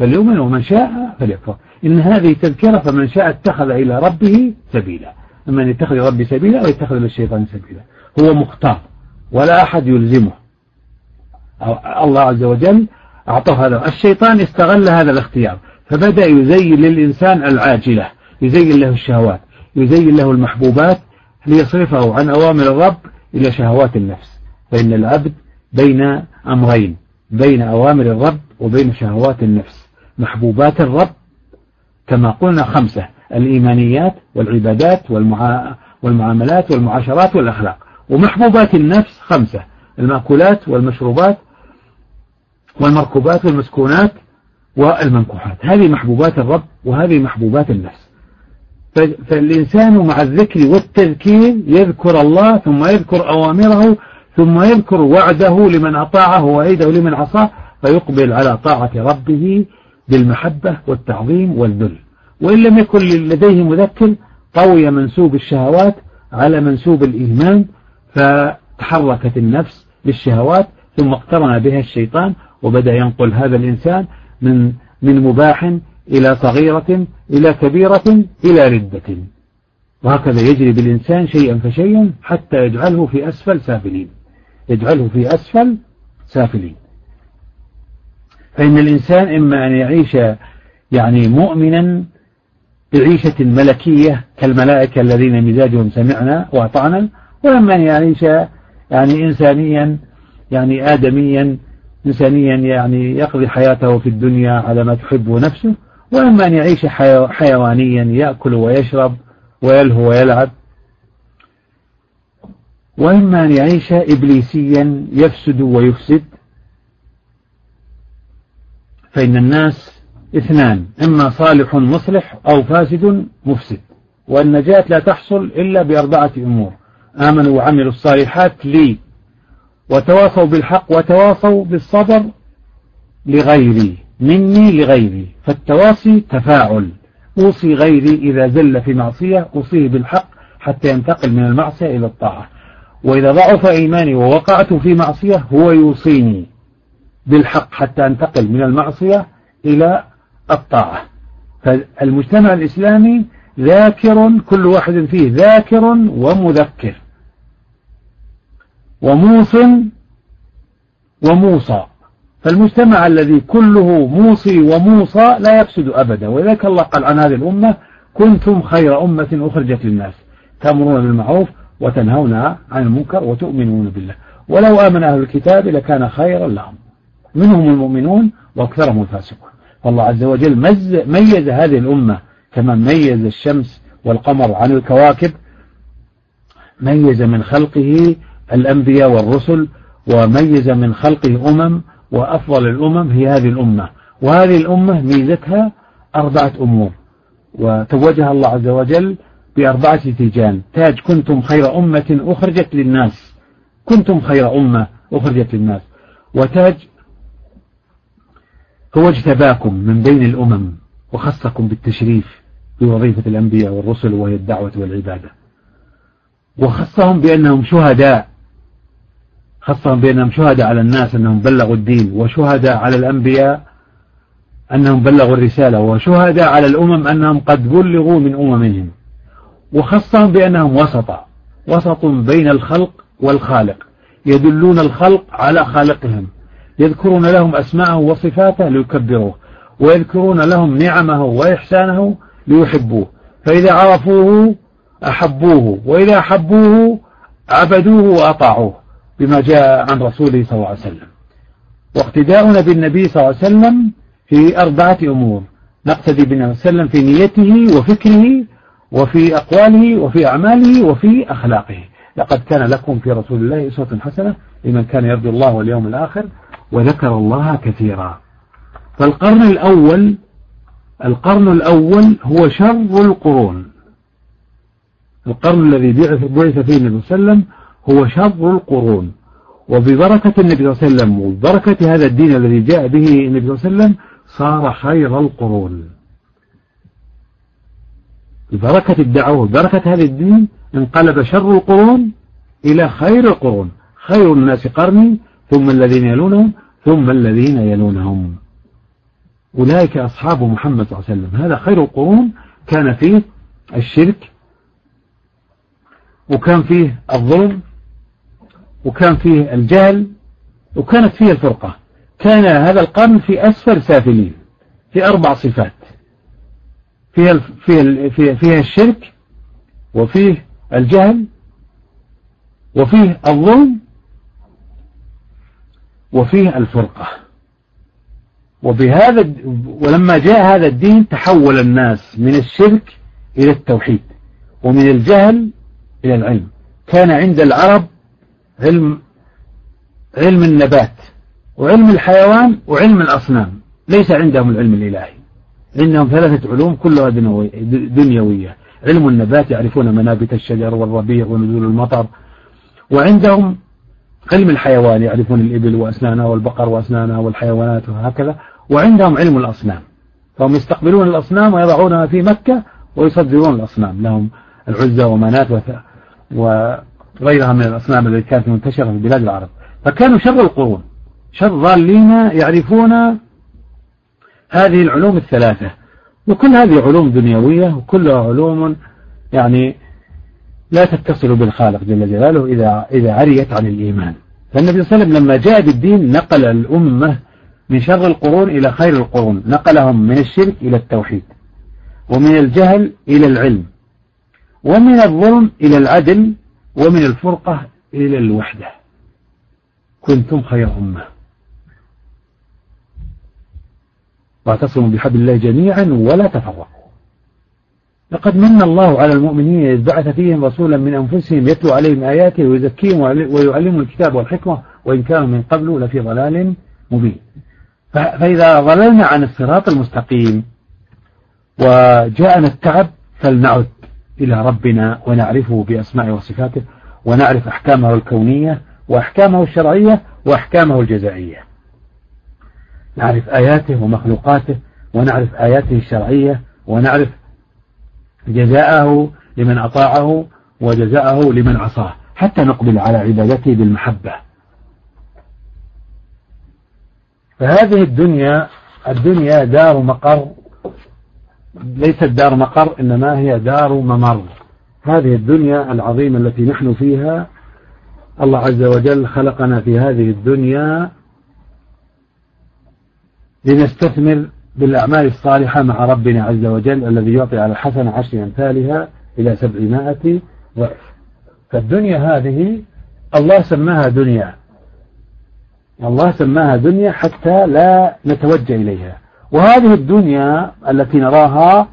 فليؤمن ومن شاء فليكفر. إن هذه تذكرة، فمن شاء اتخذ إلى ربه سبيلا. من يتخذ ربي سبيلا ويتخذ للشيطان سبيلا، هو مختار ولا أحد يلزمه. الله عز وجل أعطاه هذا. الشيطان استغل هذا الاختيار، فبدأ يزين للإنسان العاجلة، يزين له الشهوات، يزين له المحبوبات، ليصرفه عن أوامر الرب إلى شهوات النفس. فإن العبد بين أمرين، بين أوامر الرب وبين شهوات النفس. محبوبات الرب كما قلنا 5: الإيمانيات والعبادات والمعاملات والمعاشرات والأخلاق. ومحبوبات النفس 5: المأكولات والمشروبات والمركوبات والمسكونات والمنكوحات. هذه محبوبات الرب وهذه محبوبات النفس. فالإنسان مع الذكر والتذكير يذكر الله، ثم يذكر أوامره، ثم يذكر وعده لمن أطاعه ووعيده لمن عصاه، فيقبل على طاعة ربه بالمحبة والتعظيم والذل. وإن لم يكن لديه مذكر طوي منسوب الشهوات على منسوب الإيمان، فتحركت النفس للشهوات، ثم اقترن بها الشيطان، وبدأ ينقل هذا الإنسان من مباح إلى صغيرة إلى كبيرة إلى ردة. وهكذا يجري بالإنسان شيئا فشيئا حتى يجعله في أسفل سافلين، يجعله في أسفل سافلين. فإن الإنسان إما أن يعيش يعني مؤمنا بعيشة ملكية كالملائكة الذين مزاجهم سمعنا وأطعنا، وإما أن يعيش يعني إنسانيا، يعني آدميا إنسانيا، يعني يقضي حياته في الدنيا على ما تحبه نفسه، وإما أن يعيش حيوانيا يأكل ويشرب ويلهو ويلعب، وإما أن يعيش إبليسيا يفسد ويفسد. فإن الناس 2: إما صالح مصلح أو فاسد مفسد. والنجاة لا تحصل إلا ب4 أمور: آمنوا وعملوا الصالحات لي، وتواصوا بالحق وتواصوا بالصبر لغيري، مني لغيري. فالتواصي تفاعل، أوصي غيري إذا زل في معصية أوصيه بالحق حتى ينتقل من المعصية إلى الطاعة، وإذا ضعف إيماني ووقعت في معصية هو يوصيني بالحق حتى أنتقل من المعصية إلى الطاعة. فالمجتمع الإسلامي ذاكر، كل واحد فيه ذاكر ومذكر وموص وموصى. فالمجتمع الذي كله موصي وموصى لا يفسد أبدا. ولذلك الله قال عن هذه الأمة: كنتم خير أمة أخرجت للناس تأمرون بالمعروف وتنهون عن المنكر وتؤمنون بالله ولو آمن أهل الكتاب لكان خيرا لهم منهم المؤمنون وأكثرهم الفاسقون. فالله عز وجل ميز هذه الأمة كما ميز الشمس والقمر عن الكواكب، ميز من خلقه الأنبياء والرسل، وميز من خلقه وأفضل الأمم هي هذه الأمة. وهذه الأمة ميزتها 4 أمور، وتوجها الله عز وجل ب4 تيجان: تاج كنتم خير أمة أخرجت للناس، كنتم خير أمة أخرجت للناس. وتاج هو اجتباكم من بين الأمم وخصكم بالتشريف بوظيفة الأنبياء والرسل وهي الدعوة والعبادة، وخصهم بأنهم شهداء، خصهم بأنهم شهداء على الناس أنهم بلغوا الدين، وشهداء على الأنبياء أنهم بلغوا الرسالة، وشهداء على الأمم أنهم قد بلغوا من أممهم، وخصهم بأنهم وسط بين الخلق والخالق، يدلون الخلق على خالقهم، يذكرون لهم أسماءه وصفاته ليكبروه، ويذكرون لهم نعمه وإحسانه ليحبوه، فإذا عرفوه أحبوه، وإذا أحبوه عبدوه وأطاعوه بما جاء عن رسوله صلى الله عليه وسلم. واقتداؤنا بالنبي صلى الله عليه وسلم في 4 أمور: نقتدي بالنبي صلى الله عليه وسلم في نيته وفكره وفي أقواله وفي أعماله وفي أخلاقه. لقد كان لكم في رسول الله أسوة حسنة لمن كان يرجو الله واليوم الآخر وذكر الله كثيرا. فالقرن الأول هو شر القرون. القرن الذي بعث فيه النبي صلى الله عليه وسلم هو شر القرون، وببركة النبي صلى الله عليه وسلم وبركة هذا الدين الذي جاء به النبي صلى الله عليه وسلم صار خير القرون. ببركة الدعوة وبركة هذا الدين انقلب شر القرون إلى خير القرون. خير الناس قرني ثم الذين يلونهم ثم الذين يلونهم. أولئك أصحاب محمد صلى الله عليه وسلم. هذا خير القرون، كان فيه الشرك، وكان فيه الظلم، وكان فيه الجهل، وكانت فيه الفرقة. كان هذا القرن في أسفل سافلين في 4 صفات: فيها الشرك، وفيه الجهل، وفيه الظلم، وفيه الفرقة. ولما جاء هذا الدين تحول الناس من الشرك إلى التوحيد، ومن الجهل إلى العلم. كان عند العرب علم النبات، وعلم الحيوان، وعلم الأصنام. ليس عندهم العلم الإلهي، عندهم 3 علوم كلها دنيوية. علم النبات، يعرفون منابت الشجر والربيع ونزول المطر. وعندهم علم الحيوان، يعرفون الإبل وأسنانها والبقر وأسنانها والحيوانات وهكذا. وعندهم علم الأصنام، فهم يستقبلون الأصنام ويضعونها في مكة ويصدرون الأصنام. لهم العزى ومنات وغيرها من الأصنام التي كانت منتشرة في بلاد العرب. فكانوا شر القرون، شر ظالين، يعرفون هذه العلوم ال3. وكل هذه علوم دنيوية، وكلها علوم يعني لا تتصل بالخالق جل جلاله إذا عريت عن الإيمان. فالنبي صلى الله عليه وسلم لما جاء بالدين نقل الأمة من شر القرون إلى خير القرون، نقلهم من الشرك إلى التوحيد، ومن الجهل إلى العلم، ومن الظلم إلى العدل، ومن الفرقة إلى الوحدة. كنتم خير أمة، واعتصموا بحبل الله جميعا ولا تفرقوا. لقد من الله على المؤمنين إذ بعث فيهم رسولا من أنفسهم يتلو عليهم آياته ويزكيهم ويعلمهم الكتاب والحكمة وإن كانوا من قبل لفي ضلال مبين. فإذا ضللنا عن الصراط المستقيم وجاءنا التعب فلنعد إلى ربنا ونعرفه بأسمائه وصفاته، ونعرف أحكامه الكونية وأحكامه الشرعية وأحكامه الجزائية. نعرف آياته ومخلوقاته، ونعرف آياته الشرعية، ونعرف جزاءه لمن أطاعه وجزاءه لمن عصاه، حتى نقبل على عبادته بالمحبة. فهذه الدنيا دار مقر، ليست دار مقر، إنما هي دار ممر. هذه الدنيا العظيمة التي نحن فيها، الله عز وجل خلقنا في هذه الدنيا لنستثمر بالأعمال الصالحة مع ربنا عز وجل الذي يعطي على الحسنة 10 أمثالها إلى 700 ضعف. فالدنيا هذه الله سماها دنيا، الله سماها دنيا حتى لا نتوجه إليها. وهذه الدنيا التي نراها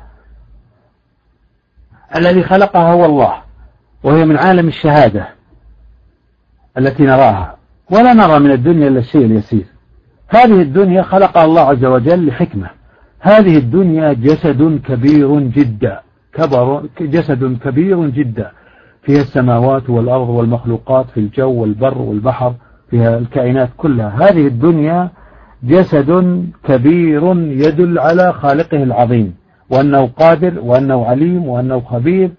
الذي خلقها هو الله، وهي من عالم الشهادة التي نراها، ولا نرى من الدنيا إلا الشيء اليسير. هذه الدنيا خلقها الله عز وجل لحكمة. هذه الدنيا جسد كبير جدا، جسد كبير جدا، فيها السماوات والأرض والمخلوقات في الجو والبر والبحر، فيها الكائنات كلها. هذه الدنيا جسد كبير يدل على خالقه العظيم، وأنه قادر، وأنه عليم، وأنه خبير.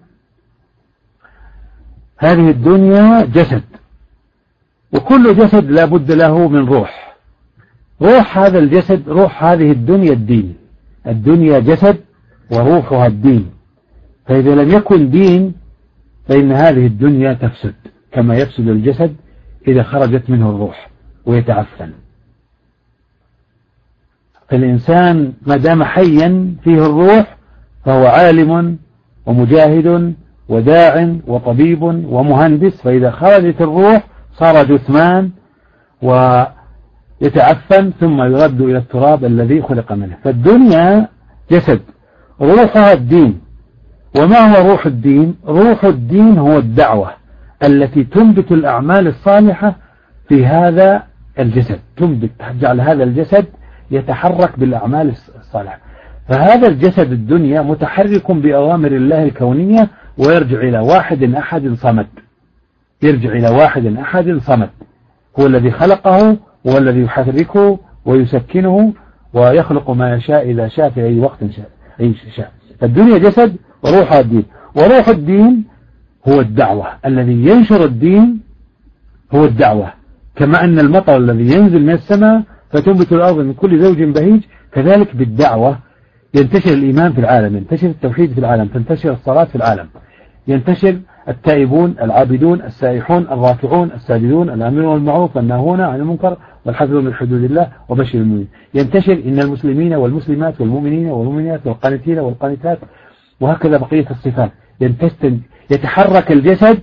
هذه الدنيا جسد، وكل جسد لا بد له من روح. روح هذا الجسد، روح هذه الدنيا الدين. الدنيا جسد وروحها الدين. فإذا لم يكن دين فإن هذه الدنيا تفسد، كما يفسد الجسد إذا خرجت منه الروح ويتعفن. فالإنسان ما دام حيا فيه الروح فهو عالم ومجاهد وداع وطبيب ومهندس. فإذا خرجت الروح صار جثمان ويتعفن ثم يرد إلى التراب الذي خلق منه. فالدنيا جسد، روحها الدين. وما هو روح الدين؟ روح الدين هو الدعوة التي تنبت الأعمال الصالحة في هذا الجسد، تجعل هذا الجسد يتحرك بالأعمال الصالحة. فهذا الجسد الدنيا متحرك بأوامر الله الكونية، ويرجع إلى واحد أحد صمد. يرجع إلى واحد أحد صمد، هو الذي خلقه، هو الذي يحركه ويسكنه ويخلق ما يشاء إذا شاء في أي وقت شاء. فالدنيا جسد وروحها الدين. وروح الدين هو الدعوة، الذي ينشر الدين هو الدعوة. كما أن المطر الذي ينزل من السماء فتنبت الأرض من كل زوج بهيج. كذلك بالدعوة ينتشر الإيمان في العالم، ينتشر التوحيد في العالم، تنتشر الصلاة في العالم، ينتشر التائبون العابدون السائحون الراكعون الساجدون الآمرون بالمعروف والناهون عن المنكر والحافظون من حدود الله وبشر المؤمنين. ينتشر إن المسلمين والمسلمات والمؤمنين والمؤمنات والقانتين والقانتات، وهكذا بقية الصفات. يتحرك الجسد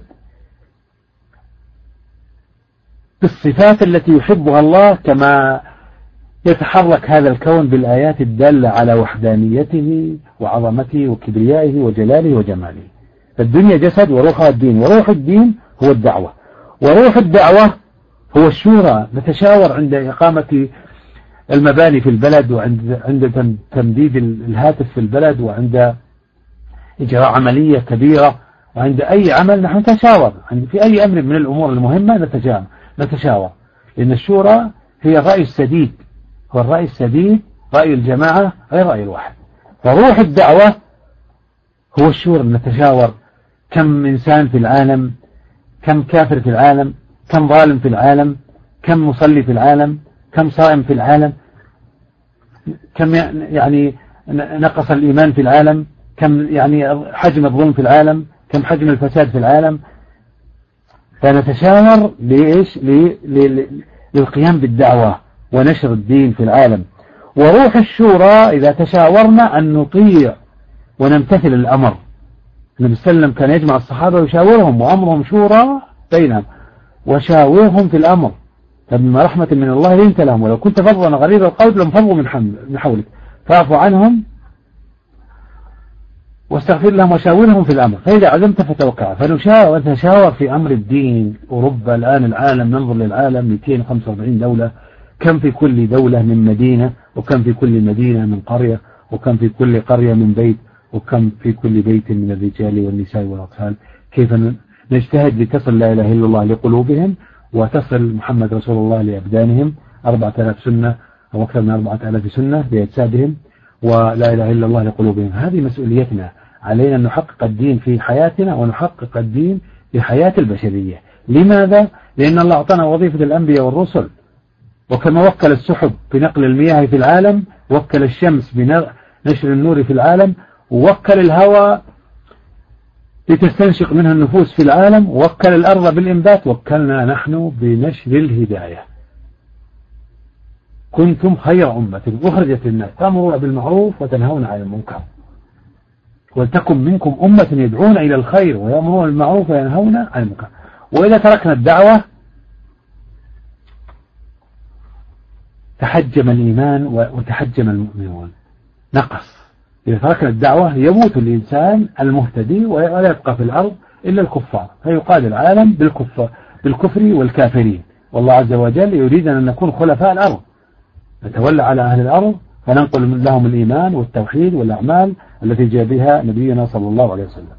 بالصفات التي يحبها الله، كما يتحرك هذا الكون بالآيات الدالة على وحدانيته وعظمته وكبريائه وجلاله وجماله. فالدنيا جسد وروحها الدين، وروح الدين هو الدعوة، وروح الدعوة هو الشورى. نتشاور عند إقامة المباني في البلد، وعند تمديد الهاتف في البلد، وعند إجراء عملية كبيرة، وعند أي عمل نحن نتشاور. في أي أمر من الأمور المهمة نتشاور، لأن الشورى هي الرأي السديد، هو الرأي السديد، رأي الجماعة غير رأي الواحد. فروح الدعوة هو الشورى، نتشاور كم إنسان في العالم، كم كافر في العالم، كم ظالم في العالم، كم مصلي في العالم، كم صائم في العالم، كم يعني نقص الإيمان في العالم، كم يعني حجم الظلم في العالم، كم حجم الفساد في العالم. فنتشاور لإيش؟ للقيام بالدعوة ونشر الدين في العالم. وروح الشورى إذا تشاورنا أن نطيع ونمتثل الأمر. النبي صلى الله عليه وسلم كان يجمع الصحابة ويشاورهم، وأمرهم شورى بينهم، وشاورهم في الأمر. فبما رحمة من الله لنت لهم، ولو كنت فظا غليظ القلب لانفضوا من حولك فاعف عنهم واستغفر لهم وشاورهم في الأمر فإذا عزمت فتوكل. فنتشاور في أمر الدين. أوروبا الآن العالم، ننظر للعالم 245 دولة، كم في كل دولة من مدينة، وكم في كل مدينة من قرية، وكم في كل قرية من بيت، وكم في كل بيت من الرجال والنساء والأطفال. كيف نجتهد لتصل لا إله إلا الله لقلوبهم، وتصل محمد رسول الله لأبدانهم، 4000 سنة أو أكثر من 4000 سنة لأجسادهم، ولا إله إلا الله لقلوبهم. هذه مسؤوليتنا، علينا أن نحقق الدين في حياتنا ونحقق الدين في حياة البشرية. لماذا؟ لأن الله أعطانا وظيفة الأنبياء والرسل، وكما وكل السحب بنقل المياه في العالم، وكل الشمس بنشر النور في العالم، ووكل الهواء لتستنشق منها النفوس في العالم، ووكل الأرض بالإنبات، وكلنا نحن بنشر الهداية. كنتم خير أمة أخرجت للناس تأمرون بالمعروف وتنهون عن المنكر ولتكن منكم أمة يدعون إلى الخير ويأمرون بالمعروف وينهون عن المنكر. وإذا تركنا الدعوة تحجم الإيمان وتحجم المؤمنون، نقص. إذا تركنا الدعوة يموت الإنسان المهتدي ولا يبقى في الأرض إلا الكفار، فيقاد العالم بالكفر والكافرين. والله عز وجل يريد أن نكون خلفاء الأرض، نتولى على أهل الأرض فننقل لهم الإيمان والتوحيد والأعمال التي جاء بها نبينا صلى الله عليه وسلم.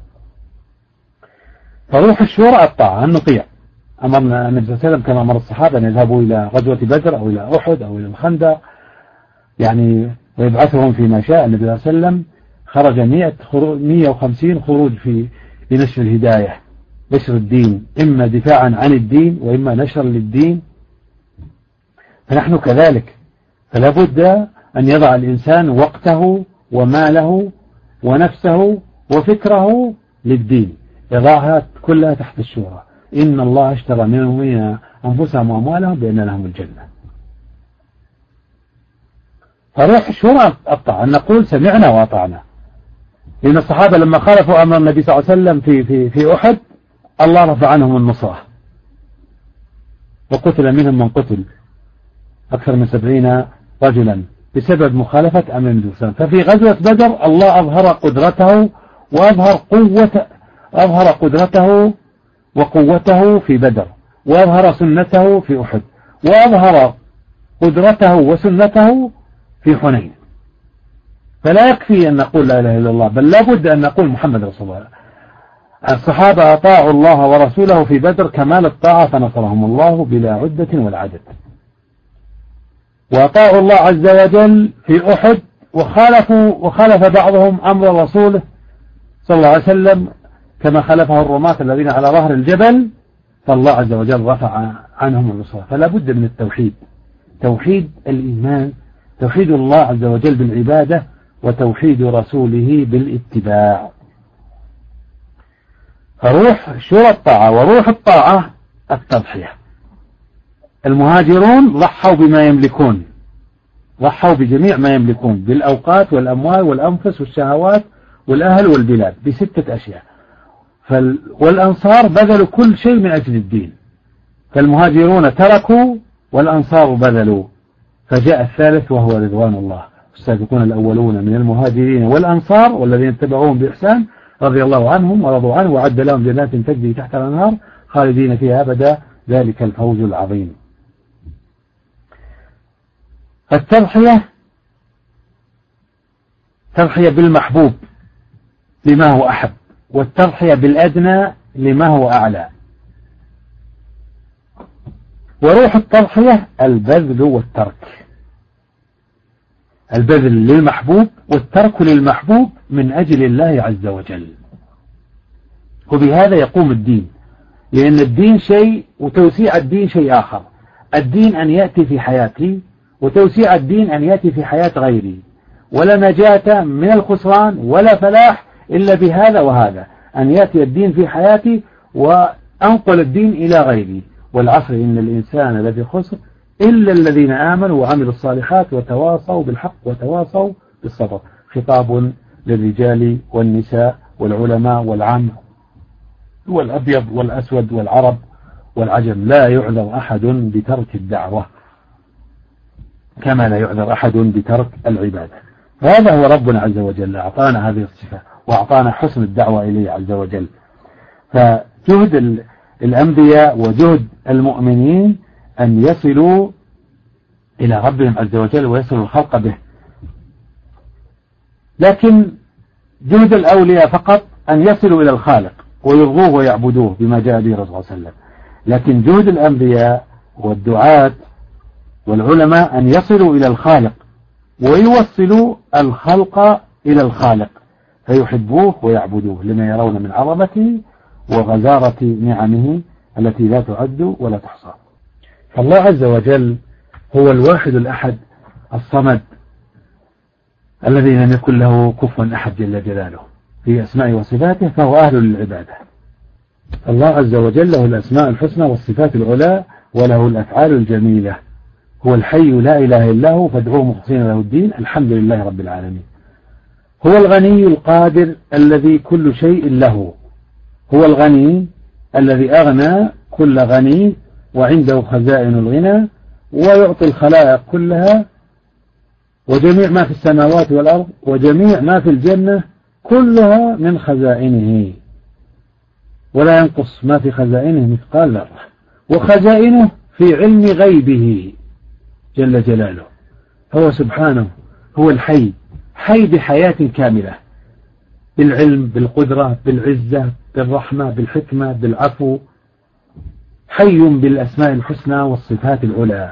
فروح الشورى الطاعة، أن نطيع. أمرنا النبي صلى الله عليه وسلم كما أمر الصحابة أن يذهبوا إلى غزوة بدر أو إلى أحد أو إلى الخندق، يعني ويبعثهم فيما شاء. النبي صلى الله عليه وسلم خرج 150 خروج في لنشر الهداية، نشر الدين، إما دفاعا عن الدين وإما نشر للدين. فنحن كذلك، فلا بد أن يضع الإنسان وقته وماله ونفسه وفكره للدين، يضعها كلها تحت الشورى. إن الله اشترى من المؤمنين أنفسهم وأموالهم بأن لهم الجنة. فروح الشورى الطاعة، أن نقول سمعنا وأطعنا. لأن الصحابة لما خالفوا أمر النبي صلى الله عليه وسلم في أحد، الله رفع عنهم النصرة وقتل منهم من قتل أكثر من 70 رجلا بسبب مخالفة أمر النبي صلى الله عليه وسلم. ففي غزوة بدر الله أظهر قدرته أظهر قدرته وقوته في بدر، وأظهر سنته في أحد، وأظهر قدرته وسنته في حنين. فلا يكفي أن نقول لا إله إلا الله، بل لا بد أن نقول محمد رسول الله. الصحابة أطاعوا الله ورسوله في بدر كمال الطاعة فنصرهم الله بلا عدة ولا عدد. وأطاعوا الله عز وجل في أحد وخالف بعضهم أمر رسوله صلى الله عليه وسلم كما خالفه الرماة الذين على ظهر الجبل، فالله عز وجل رفع عنهم النصرة. فلا بد من التوحيد، توحيد الإيمان، توحيد الله عز وجل بالعبادة، وتوحيد رسوله بالاتباع. فروح شورى الطاعة وروح الطاعة التضحية. المهاجرون ضحوا بما يملكون، ضحوا بجميع ما يملكون، بالأوقات والأموال والأنفس والشهوات والأهل والبلاد، ب6 أشياء. والأنصار بذلوا كل شيء من أجل الدين. فالمهاجرون تركوا والأنصار بذلوا، فجاء الثالث وهو رضوان الله. السابقون الأولون من المهاجرين والأنصار والذين اتبعوهم بإحسان رضي الله عنهم ورضوا عنه وعد لهم جنات تجري تحت الأنهار خالدين فيها أبدا، ذلك الفوز العظيم. التضحية تضحية بالمحبوب لما هو أحب، والتضحية بالأدنى لما هو أعلى. وروح التضحية البذل والترك، البذل للمحبوب والترك للمحبوب من أجل الله عز وجل. وبهذا يقوم الدين، لأن الدين شيء وتوسيع الدين شيء آخر. الدين أن يأتي في حياتي، وتوسيع الدين أن يأتي في حياة غيري، ولا نجاة من الخسران ولا فلاح إلا بهذا وهذا، أن يأتي الدين في حياتي وأنقل الدين إلى غيري. والعصر إن الإنسان الذي خسر إلا الذين آمنوا وعملوا الصالحات وتواصوا بالحق وتواصوا بالصبر. خطاب للرجال والنساء والعلماء والعامة والأبيض والأسود والعرب والعجم. لا يعذر أحد بترك الدعوة كما لا يعذر أحد بترك العبادة. هذا هو ربنا عز وجل، أعطانا هذه الصفة وأعطانا حسن الدعوة إليه عز وجل. فجهد الأنبياء وجهد المؤمنين أن يصلوا إلى ربهم عز وجل ويصلوا الخلق به. لكن جهد الأولياء فقط أن يصلوا إلى الخالق ويرضوه ويعبدوه بما جاء به الرسول صلى الله عليه وسلم. لكن جهد الأنبياء والدعاة والعلماء أن يصلوا إلى الخالق ويوصلوا الخلق إلى الخالق فيحبوه ويعبدوه لما يرون من عظمته وغزارة نعمه التي لا تعد ولا تحصى. فالله عز وجل هو الواحد الأحد الصمد الذي لم يكن له كفوا أحد جل جلاله في أسماء وصفاته، فهو أهل للعبادة. الله عز وجل له الأسماء الحسنى والصفات العلى وله الأفعال الجميلة. هو الحي لا إله إلا هو فادعوه مخلصين له الدين، الحمد لله رب العالمين. هو الغني القادر الذي كل شيء له، هو الغني الذي أغنى كل غني وعنده خزائن الغنى ويعطي الخلائق كلها وجميع ما في السماوات والأرض وجميع ما في الجنة كلها من خزائنه، ولا ينقص ما في خزائنه مثقال ذرة، وخزائنه في علم غيبه جل جلاله. هو سبحانه هو الحي، حي بحياة كاملة، بالعلم بالقدرة بالعزة بالرحمة بالحكمة بالعفو، حي بالأسماء الحسنى والصفات العلى.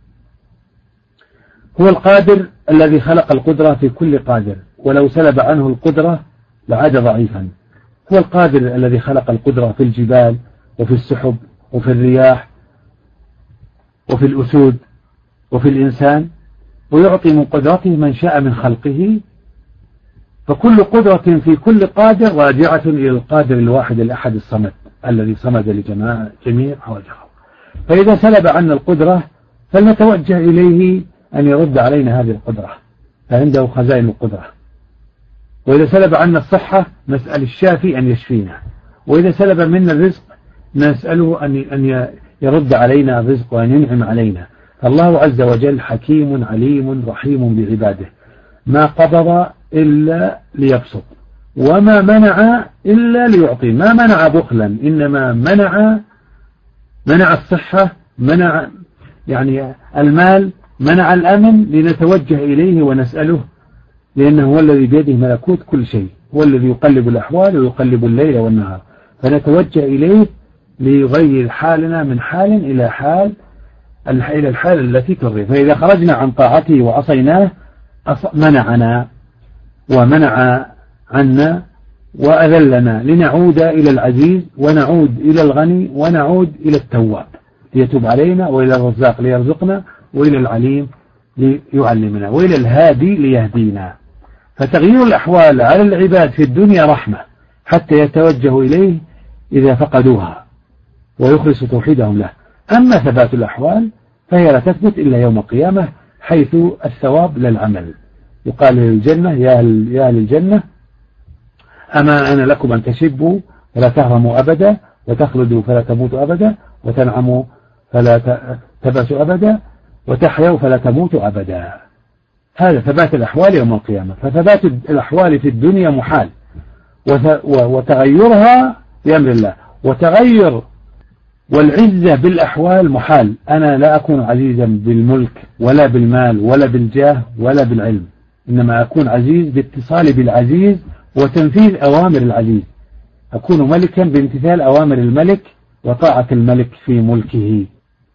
هو القادر الذي خلق القدرة في كل قادر، ولو سلب عنه القدرة لعاد ضعيفا. هو القادر الذي خلق القدرة في الجبال وفي السحب وفي الرياح وفي الأسود وفي الإنسان، ويعطي من قدرته من شاء من خلقه. فكل قدرة في كل قادر راجعة إلى القادر الواحد الأحد الصمد الذي صمد لجميع حوائج الخلق. فإذا سلب عنا القدرة فلنتوجه إليه أن يرد علينا هذه القدرة، فعنده خزائن القدرة. وإذا سلب عنا الصحة نسأل الشافي أن يشفينا، وإذا سلب منا الرزق نسأله أن يرد علينا الرزق وأن ينعم علينا. فالله عز وجل حكيم عليم رحيم بعباده، ما قبض إلا ليبسط، وما منع إلا ليعطي. ما منع بخلا، إنما منع الصحة، منع يعني المال، منع الأمن لنتوجه إليه ونسأله، لأنه هو الذي بيده ملكوت كل شيء، هو الذي يقلب الأحوال ويقلب الليل والنهار، فنتوجه إليه ليغير حالنا من حال إلى حال، إلى الحال التي ترضي. فإذا خرجنا عن طاعته وعصيناه منعنا ومنع عنا وأذلنا، لنعود إلى العزيز ونعود إلى الغني ونعود إلى التواب ليتوب علينا، وإلى الرزاق ليرزقنا، وإلى العليم ليعلمنا، وإلى الهادي ليهدينا. فتغيير الأحوال على العباد في الدنيا رحمة حتى يتوجهوا إليه إذا فقدوها ويخلص توحيدهم له. أما ثبات الأحوال فهي لا تثبت إلا يوم القيامة، حيث الثواب للعمل. يقال للجنة يا أهل الجنة أما أنا لكم أن تشبوا فلا تهرموا أبدا، وتخلدوا فلا تموتوا أبدا، وتنعموا فلا تبأسوا أبدا، وتحيوا فلا تموتوا أبدا. هذا ثبات الأحوال يوم القيامة. فثبات الأحوال في الدنيا محال، وتغيرها بأمر الله. وتغير والعزة بالأحوال محال. أنا لا أكون عزيزا بالملك ولا بالمال ولا بالجاه ولا بالعلم، إنما أكون عزيز باتصالي بالعزيز وتنفيذ أوامر العزيز. أكون ملكا بامتثال أوامر الملك وطاعة الملك في ملكه.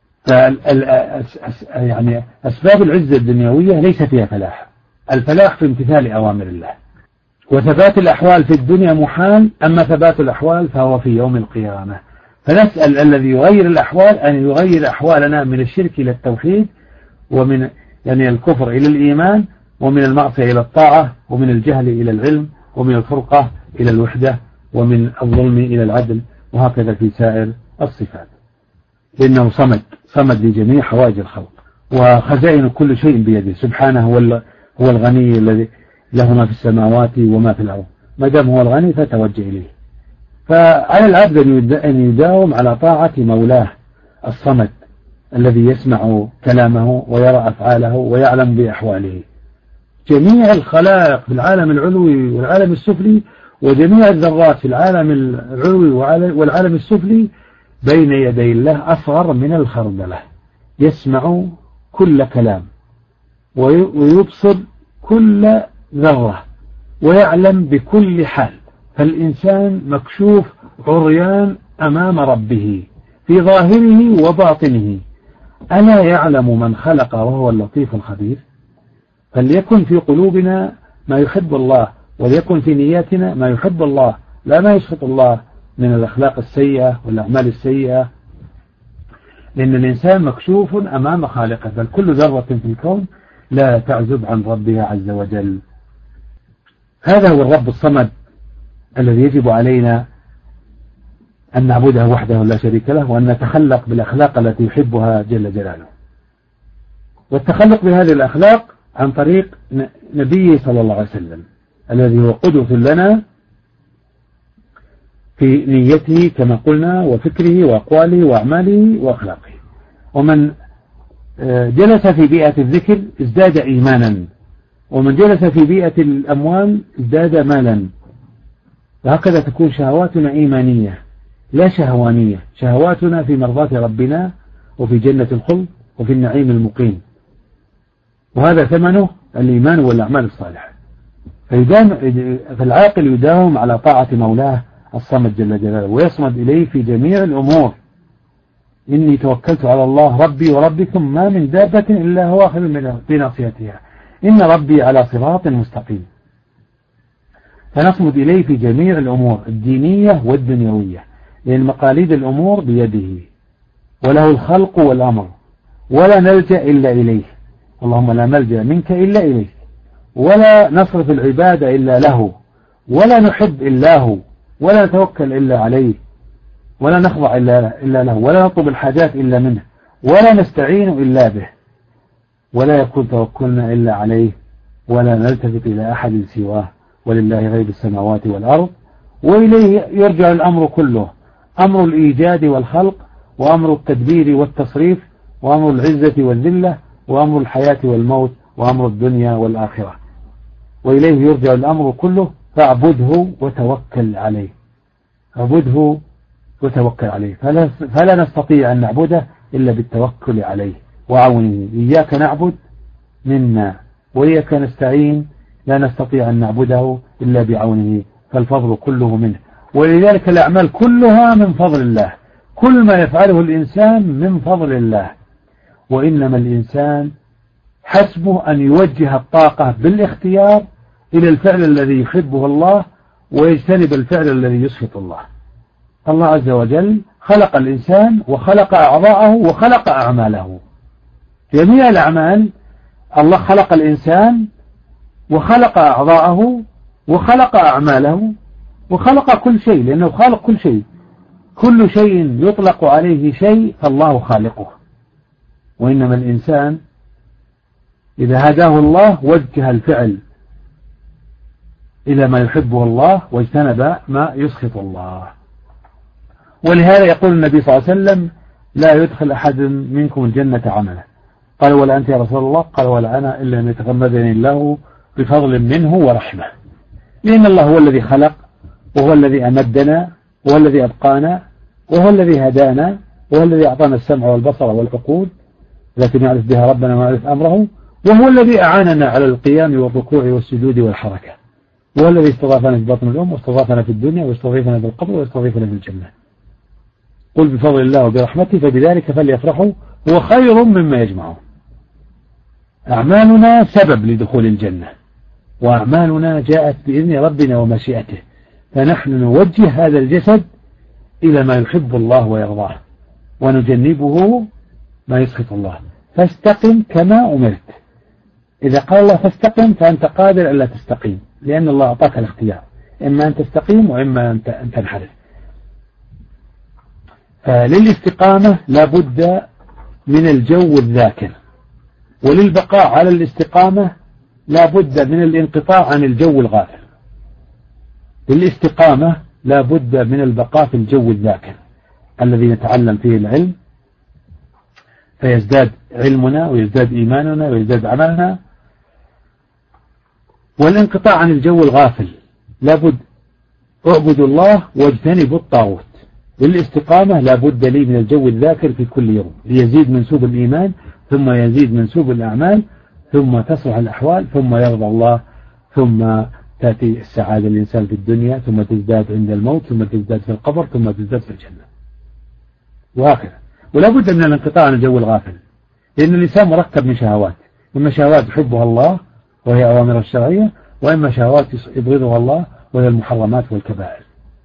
يعني أسباب العزة الدنيوية ليس فيها فلاح، الفلاح في امتثال أوامر الله. وثبات الأحوال في الدنيا محال، أما ثبات الأحوال فهو في يوم القيامة. فنسأل الذي يغير الأحوال أن يغير أحوالنا من الشرك إلى التوحيد، ومن يعني الكفر إلى الإيمان، ومن المعصية إلى الطاعة، ومن الجهل إلى العلم، ومن الفرقة إلى الوحدة، ومن الظلم إلى العدل، وهكذا في سائر الصفات. لأنه صمد لجميع حوائج الخلق، وخزائن كل شيء بيده سبحانه. هو الغني الذي له ما في السماوات وما في الأرض. ما دام هو الغني فتوجه إليه. فعلى العبد أن يداوم على طاعة مولاه الصمد الذي يسمع كلامه ويرى أفعاله ويعلم بأحواله. جميع الخلائق في العالم العلوي والعالم السفلي، وجميع الذرات في العالم العلوي والعالم السفلي بين يدي الله أصغر من الخردلة، يسمع كل كلام ويبصر كل ذرة ويعلم بكل حال. فالإنسان مكشوف عريان أمام ربه في ظاهره وباطنه. ألا يعلم من خلق وهو اللطيف الخبير؟ فليكن في قلوبنا ما يحب الله، وليكن في نياتنا ما يحب الله، لا ما يسخط الله من الأخلاق السيئة والأعمال السيئة. لأن الإنسان مكشوف أمام خالقه، بل كل ذرة في الكون لا تعزب عن ربها عز وجل. هذا هو الرب الصمد الذي يجب علينا أن نعبده وحده لا شريك له، وأن نتخلق بالأخلاق التي يحبها جل جلاله. والتخلق بهذه الأخلاق عن طريق نبيه صلى الله عليه وسلم الذي هو قدوة لنا في نيته كما قلنا، وفكره وأقواله وأعماله وأخلاقه. ومن جلس في بيئة الذكر ازداد إيمانا، ومن جلس في بيئة الأموال ازداد مالا. وهكذا تكون شهواتنا إيمانية لا شهوانية. شهواتنا في مرضاة ربنا وفي جنة الخلد وفي النعيم المقيم، وهذا ثمنه الإيمان والأعمال الصالحة. فالعاقل يداوم على طاعة مولاه الصمد جل جلاله، ويصمد إليه في جميع الأمور. إني توكلت على الله ربي وربكم ما من دابة إلا هو آخذ بناصيتها إن ربي على صراط مستقيم. فنصمد إليه في جميع الأمور الدينية والدنيوية، لأن مقاليد الأمور بيده، وله الخلق والأمر، ولا نلجأ إلا إليه. اللهم لا ملجأ منك إلا إليه، ولا نصرف العبادة إلا له، ولا نحب إلا هو، ولا نتوكل إلا عليه، ولا نخضع إلا له، ولا نطلب الحاجات إلا منه، ولا نستعين إلا به، ولا يكون توكلنا إلا عليه، ولا نلتفت إلى أحد سواه. ولله غيب السماوات والأرض وإليه يرجع الأمر كله، أمر الإيجاد والخلق، وأمر التدبير والتصريف، وأمر العزة والذلة، وأمر الحياة والموت، وأمر الدنيا والآخرة. وإليه يرجع الأمر كله، فاعبده وتوكل عليه. اعبده وتوكل عليه. فلا نستطيع أن نعبده إلا بالتوكل عليه وعونه. إياك نعبد منا وإياك نستعين، لا نستطيع أن نعبده إلا بعونه، فالفضل كله منه. ولذلك الأعمال كلها من فضل الله، كل ما يفعله الإنسان من فضل الله. وإنما الإنسان حسبه أن يوجه الطاقة بالاختيار إلى الفعل الذي يحبه الله، ويجتنب الفعل الذي يسخط الله. الله عز وجل خلق الإنسان وخلق أعضاءه وخلق أعماله. جميع الأعمال الله خلق الإنسان وخلق أعضاءه وخلق أعماله وخلق كل شيء، لأنه خالق كل شيء. كل شيء يطلق عليه شيء فالله خالقه. وإنما الإنسان إذا هداه الله وجه الفعل إلى ما يحبه الله واجتنب ما يسخط الله. ولهذا يقول النبي صلى الله عليه وسلم: لا يدخل أحد منكم الجنة عمله. قال: ولا أنت يا رسول الله؟ قال: ولا أنا، إلا أن يتغمدني الله بفضل منه ورحمة. لأن الله هو الذي خلق، وهو الذي أمدنا، وهو الذي أبقانا، وهو الذي هدانا، وهو الذي أعطانا السمع والبصر والعقول التي نعرف بها ربنا ونعرف أمره، وهو الذي أعاننا على القيام والركوع والسجود والحركة، وهو الذي استضافنا في بطن الأم واستضافنا في الدنيا واستضيفنا في القبر واستضيفنا في الجنة. قل بفضل الله وبرحمته فبذلك فليفرحوا هو خير مما يجمعون. أعمالنا سبب لدخول الجنة، وأعمالنا جاءت بإذن ربنا ومشيئته، فنحن نوجه هذا الجسد إلى ما يحب الله ويرضاه، ونجنبه ما يسخط الله. فاستقم كما أمرت. إذا قال الله فاستقم فأنت قادر ألا تستقيم، لأن الله أعطاك الاختيار، إما أن تستقيم وإما أن تنحرف. فللاستقامة لابد من الجو الذاكر، وللبقاء على الاستقامة لابد من الانقطاع عن الجو الغافل. للاستقامة لابد من البقاء في الجو الذاكر الذي نتعلم فيه العلم، فيزداد علمنا ويزداد إيماننا ويزداد عملنا. والانقطاع عن الجو الغافل لابد اعبدوا الله واجتنبوا الطاغوت. للاستقامة لابد لي من الجو الذاكر في كل يوم، ليزيد منسوب الإيمان، ثم يزيد منسوب الأعمال، ثم تصلح الأحوال، ثم يرضى الله، ثم تأتي السعادة للإنسان في الدنيا، ثم تزداد عند الموت، ثم تزداد في القبر، ثم تزداد في الجنة، وهكذا. ولا بد من الانقطاع عن الجو الغافل، لأن الإنسان مركب من شهوات، إما شهوات يحبها الله وهي أوامر الشرعية، وإما شهوات يبغضها الله وهي المحرمات والكبائر.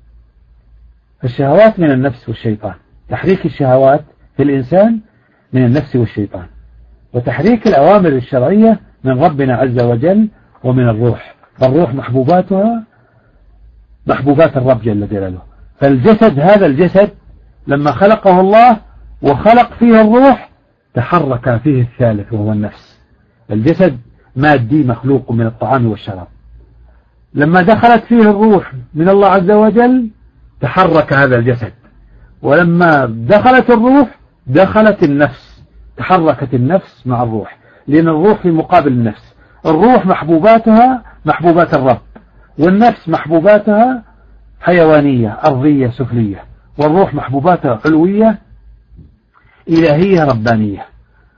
الشهوات من النفس والشيطان، تحريك الشهوات في الإنسان من النفس والشيطان، وتحريك الأوامر الشرعية من ربنا عز وجل ومن الروح. فالروح محبوباتها محبوبات الرب جل جلاله. فالجسد، هذا الجسد لما خلقه الله وخلق فيه الروح تحرك فيه الثالث وهو النفس. الجسد مادي مخلوق من الطعام والشراب، لما دخلت فيه الروح من الله عز وجل تحرك هذا الجسد، ولما دخلت الروح دخلت النفس، تحركت النفس مع الروح، لأن الروح في مقابل النفس. الروح محبوباتها محبوبات الرب، والنفس محبوباتها حيوانية أرضية سفلية، والروح محبوباتها علوية إلهية ربانية.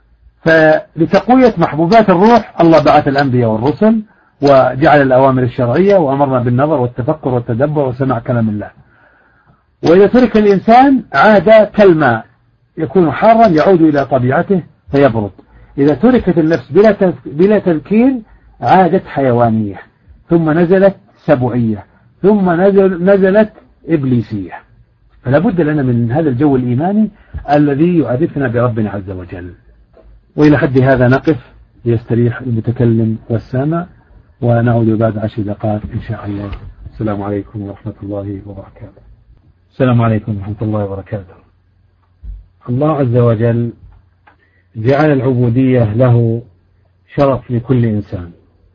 فلتقوية محبوبات الروح الله بعث الأنبياء والرسل، وجعل الأوامر الشرعية، وأمرنا بالنظر والتفكر والتدبر وسماع كلام الله. وإذا ترك الإنسان عاد كالماء يكون حارا يعود إلى طبيعته فيبرد. إذا تركت النفس بلا تذكير عادت حيوانية، ثم نزلت سبوعية، ثم نزلت إبليسية. فلا بد لنا من هذا الجو الإيماني الذي يعرفنا بربنا عز وجل. وإلى حد هذا نقف ليستريح المتكلم والسامع، ونعود بعد 10 دقائق إن شاء الله. السلام عليكم ورحمة الله وبركاته. السلام عليكم ورحمة الله وبركاته. الله عز وجل جعل العبودية له شرف لكل إنسان،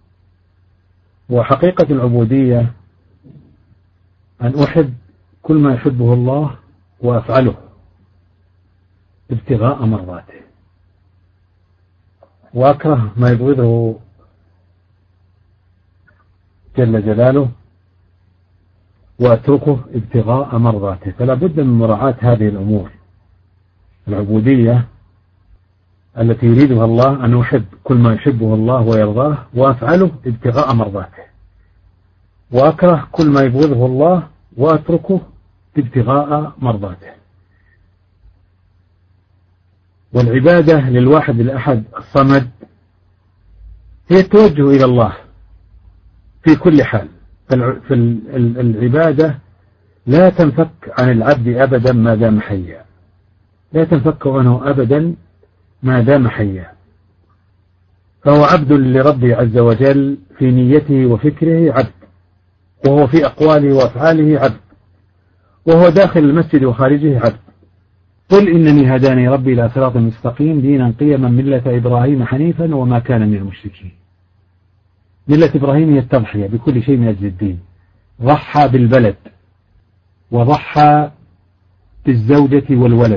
وحقيقة العبودية أن أحب كل ما يحبه الله وأفعله ابتغاء مرضاته، وأكره ما يبغضه جل جلاله وأتركه ابتغاء مرضاته. فلا بد من مراعاة هذه الأمور. العبودية التي يريدها الله أن أحب كل ما يحبه الله ويرضاه وأفعله ابتغاء مرضاته، وأكره كل ما يبغضه الله وأتركه ابتغاء مرضاته. والعبادة للواحد الأحد الصمد هي التوجه إلى الله في كل حال. العبادة لا تنفك عن العبد أبدا ما دام حيا، لا تنفك عنه أبدا ما دام حيا. فهو عبد لربه عز وجل في نيته وفكره عبد، وهو في أقواله وأفعاله عبد، وهو داخل المسجد وخارجه عبد. قل إنني هداني ربي إلى صراط مستقيم دينا قيما ملة إبراهيم حنيفا وما كان من المشركين. ملة إبراهيم هي التضحية بكل شيء من أجل الدين، ضحى بالبلد وضحى بالزوجة والولد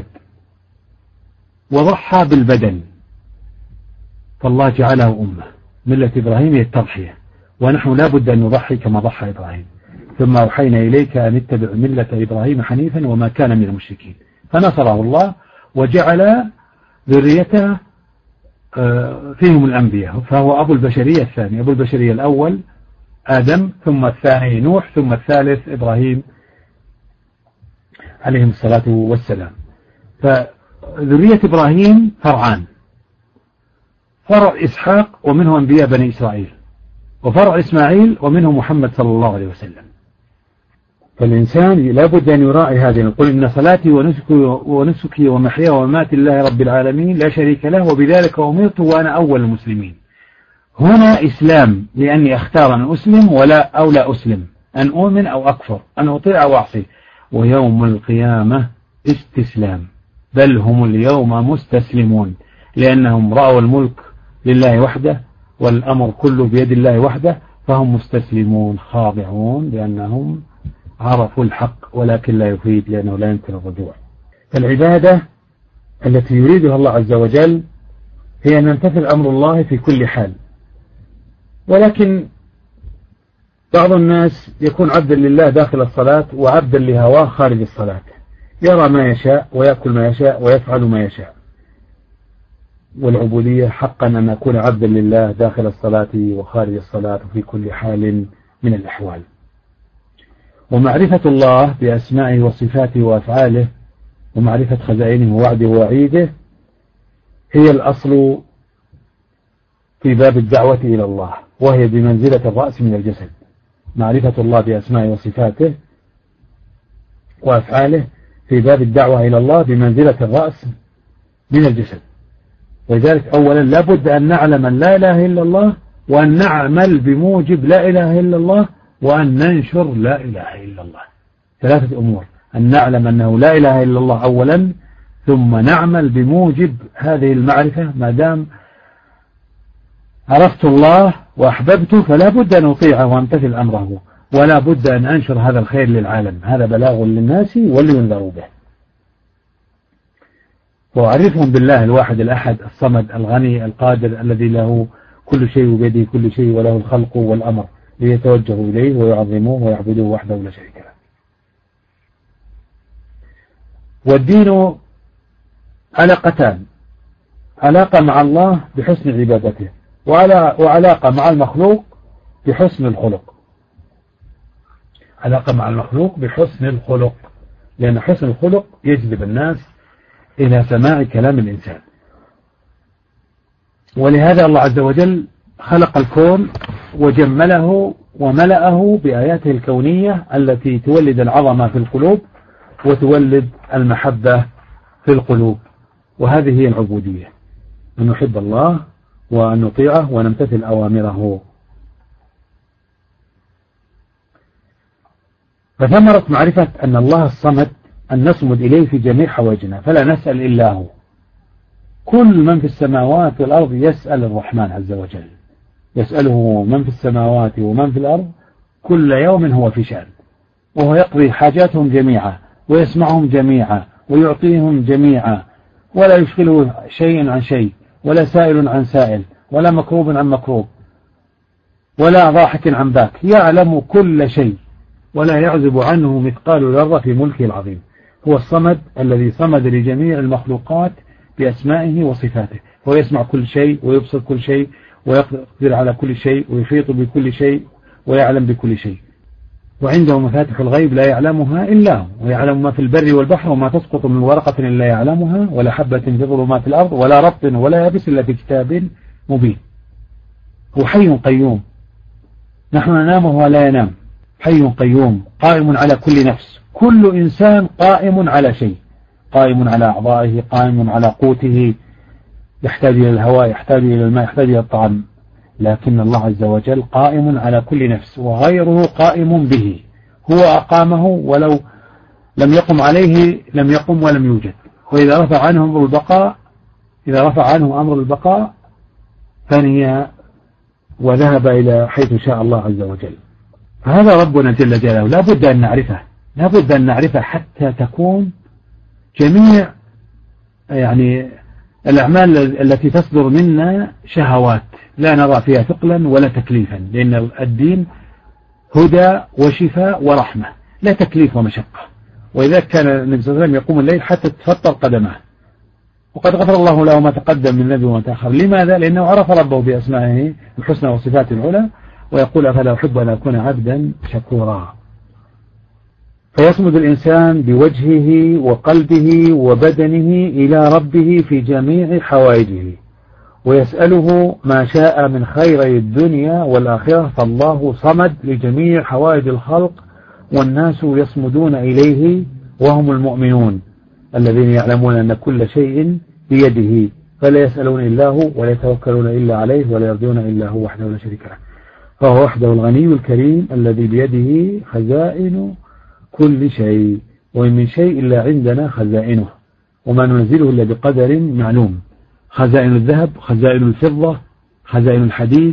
وضحى بالبدن، فالله جعله أمة. ملة إبراهيم هي التضحية، ونحن لا بد أن نضحي كما ضحى إبراهيم. ثم أوحينا إليك أن اتبع ملة إبراهيم حنيفا وما كان من المشركين، فنصره الله وجعل ذريته فيهم الأنبياء، فهو أبو البشرية الثاني. أبو البشرية الأول آدم، ثم الثاني نوح، ثم الثالث إبراهيم عليهم الصلاة والسلام. فذرية إبراهيم فرعان: فرع إسحاق ومنه أنبياء بني إسرائيل، وفرع إسماعيل ومنه محمد صلى الله عليه وسلم. فالإنسان لا بد أن يراعي هذه. نقول إن صلاتي ونسكي ومحياي ومماتي لله رب العالمين لا شريك له وبذلك أمرت وأنا أول المسلمين. هنا إسلام لأني أختار أن أسلم أو لا أسلم، أن أؤمن أو أكفر، أن أطيع أو أعصي. ويوم القيامة استسلام، بل هم اليوم مستسلمون، لأنهم رأوا الملك لله وحده والأمر كله بيد الله وحده، فهم مستسلمون خاضعون لأنهم عرفوا الحق، ولكن لا يفيد لأنه لا يمكن الرجوع. فالعبادة التي يريدها الله عز وجل هي أن يمتثل أمر الله في كل حال. ولكن بعض الناس يكون عبدا لله داخل الصلاة وعبدا لهواه خارج الصلاة، يرى ما يشاء ويأكل ما يشاء ويفعل ما يشاء. والعبودية حقا أن أكون عبدا لله داخل الصلاة وخارج الصلاة في كل حال من الأحوال. ومعرفة الله بأسمائه وصفاته وأفعاله ومعرفة خزائنه ووعده ووعيده هي الأصل في باب الدعوة إلى الله، وهي بمنزلة الرأس من الجسد. معرفة الله بأسمائه وصفاته وأفعاله في باب الدعوة إلى الله بمنزلة الرأس من الجسد. ولذلك أولا لا بد أن نعلم أن لا إله إلا الله، وأن نعمل بموجب لا إله إلا الله، وأن ننشر لا إله إلا الله. ثلاثة أمور: أن نعلم أنه لا إله إلا الله أولا، ثم نعمل بموجب هذه المعرفة. ما دام عرفت الله وأحببته فلا بد أن أطيعه وأمتثل أمره، ولا بد أن أنشر هذا الخير للعالم. هذا بلاغ للناس ولينذروا به. وأعرفهم بالله الواحد الأحد الصمد الغني القادر الذي له كل شيء وبيده كل شيء وله الخلق والأمر، ليتوجهوا إليه ويعظموه ويعبدوه وحده لا شريك له. والدين علاقتان: علاقة مع الله بحسن عبادته، وعلاقة مع المخلوق بحسن الخلق. علاقة مع المخلوق بحسن الخلق، لأن حسن الخلق يجذب الناس إلى سماع كلام الإنسان. ولهذا الله عز وجل خلق الكون وجمله وملأه بآياته الكونية التي تولد العظمة في القلوب وتولد المحبة في القلوب. وهذه هي العبودية، أن نحب الله وأن نطيعه ونمتثل أوامره. فثمرة معرفة أن الله الصمد أن نصمد إليه في جميع حوائجنا، فلا نسأل إلا هو. كل من في السماوات والأرض يسأل الرحمن عز وجل، يسأله من في السماوات ومن في الأرض كل يوم هو في شأن، وهو يقضي حاجاتهم جميعا ويسمعهم جميعا ويعطيهم جميعا، ولا يشغله شيء عن شيء، ولا سائل عن سائل، ولا مكروب عن مكروب، ولا ضاحك عن باك. يعلم كل شيء ولا يعزب عنه مثقال ذرة في ملكه العظيم. هو الصمد الذي صمد لجميع المخلوقات بأسمائه وصفاته، هو يسمع كل شيء ويبصر كل شيء ويقدر على كل شيء ويحيط بكل شيء ويعلم بكل شيء. وعنده مفاتح الغيب لا يعلمها إلا هو، ويعلم ما في البر والبحر وما تسقط من ورقة إلا يعلمها، ولا حبة في ظلمات الأرض ولا رطب ولا يابس إلا في كتاب مبين. هو حي قيوم، نحن ننام وهو لا ينام. حي قيوم قائم على كل نفس، كل إنسان قائم على شيء، قائم على أعضائه، قائم على قوته، يحتاج إلى الهواء، يحتاج إلى الماء، يحتاج إلى الطعام، لكن الله عز وجل قائم على كل نفس، وغيره قائم به، هو أقامه، ولو لم يقم عليه لم يقم ولم يوجد. وإذا رفع عنه أمر البقاء، إذا رفع عنه أمر البقاء فني وذهب إلى حيث شاء الله عز وجل. فهذا ربنا جل جلاله لا بد أن نعرفه، لا بد أن نعرفه حتى تكون جميع يعني الأعمال التي تصدر منا شهوات لا نرى فيها ثقلا ولا تكليفا، لأن الدين هدى وشفاء ورحمة، لا تكليف ومشقة. وإذا كان النبي صلى الله عليه وسلم يقوم الليل حتى تفطر قدمه، وقد غفر الله له ما تقدم من ذنبه وما تأخر. لماذا؟ لأنه عرف ربه بأسمائه الحسنى وصفاته العلى، ويقول أفلا أحب أن أكون عبدا شكورا. فيصمد الإنسان بوجهه وقلبه وبدنه إلى ربه في جميع حوائجه، ويسأله ما شاء من خيري الدنيا والآخرة، فالله صمد لجميع حوائج الخلق، والناس يصمدون إليه وهم المؤمنون الذين يعلمون أن كل شيء بيده، فلا يسألون إلا هو ولا يتوكلون إلا عليه ولا يرجون إلا هو وحده لا شريك له، فهو وحده الغني الكريم الذي بيده خزائن كل شيء، وإن من شيء إلا عندنا خزائنه، وما ننزله إلا بقدر معلوم. خزائن الذهب، خزائن الفضة، خزائن الحديد،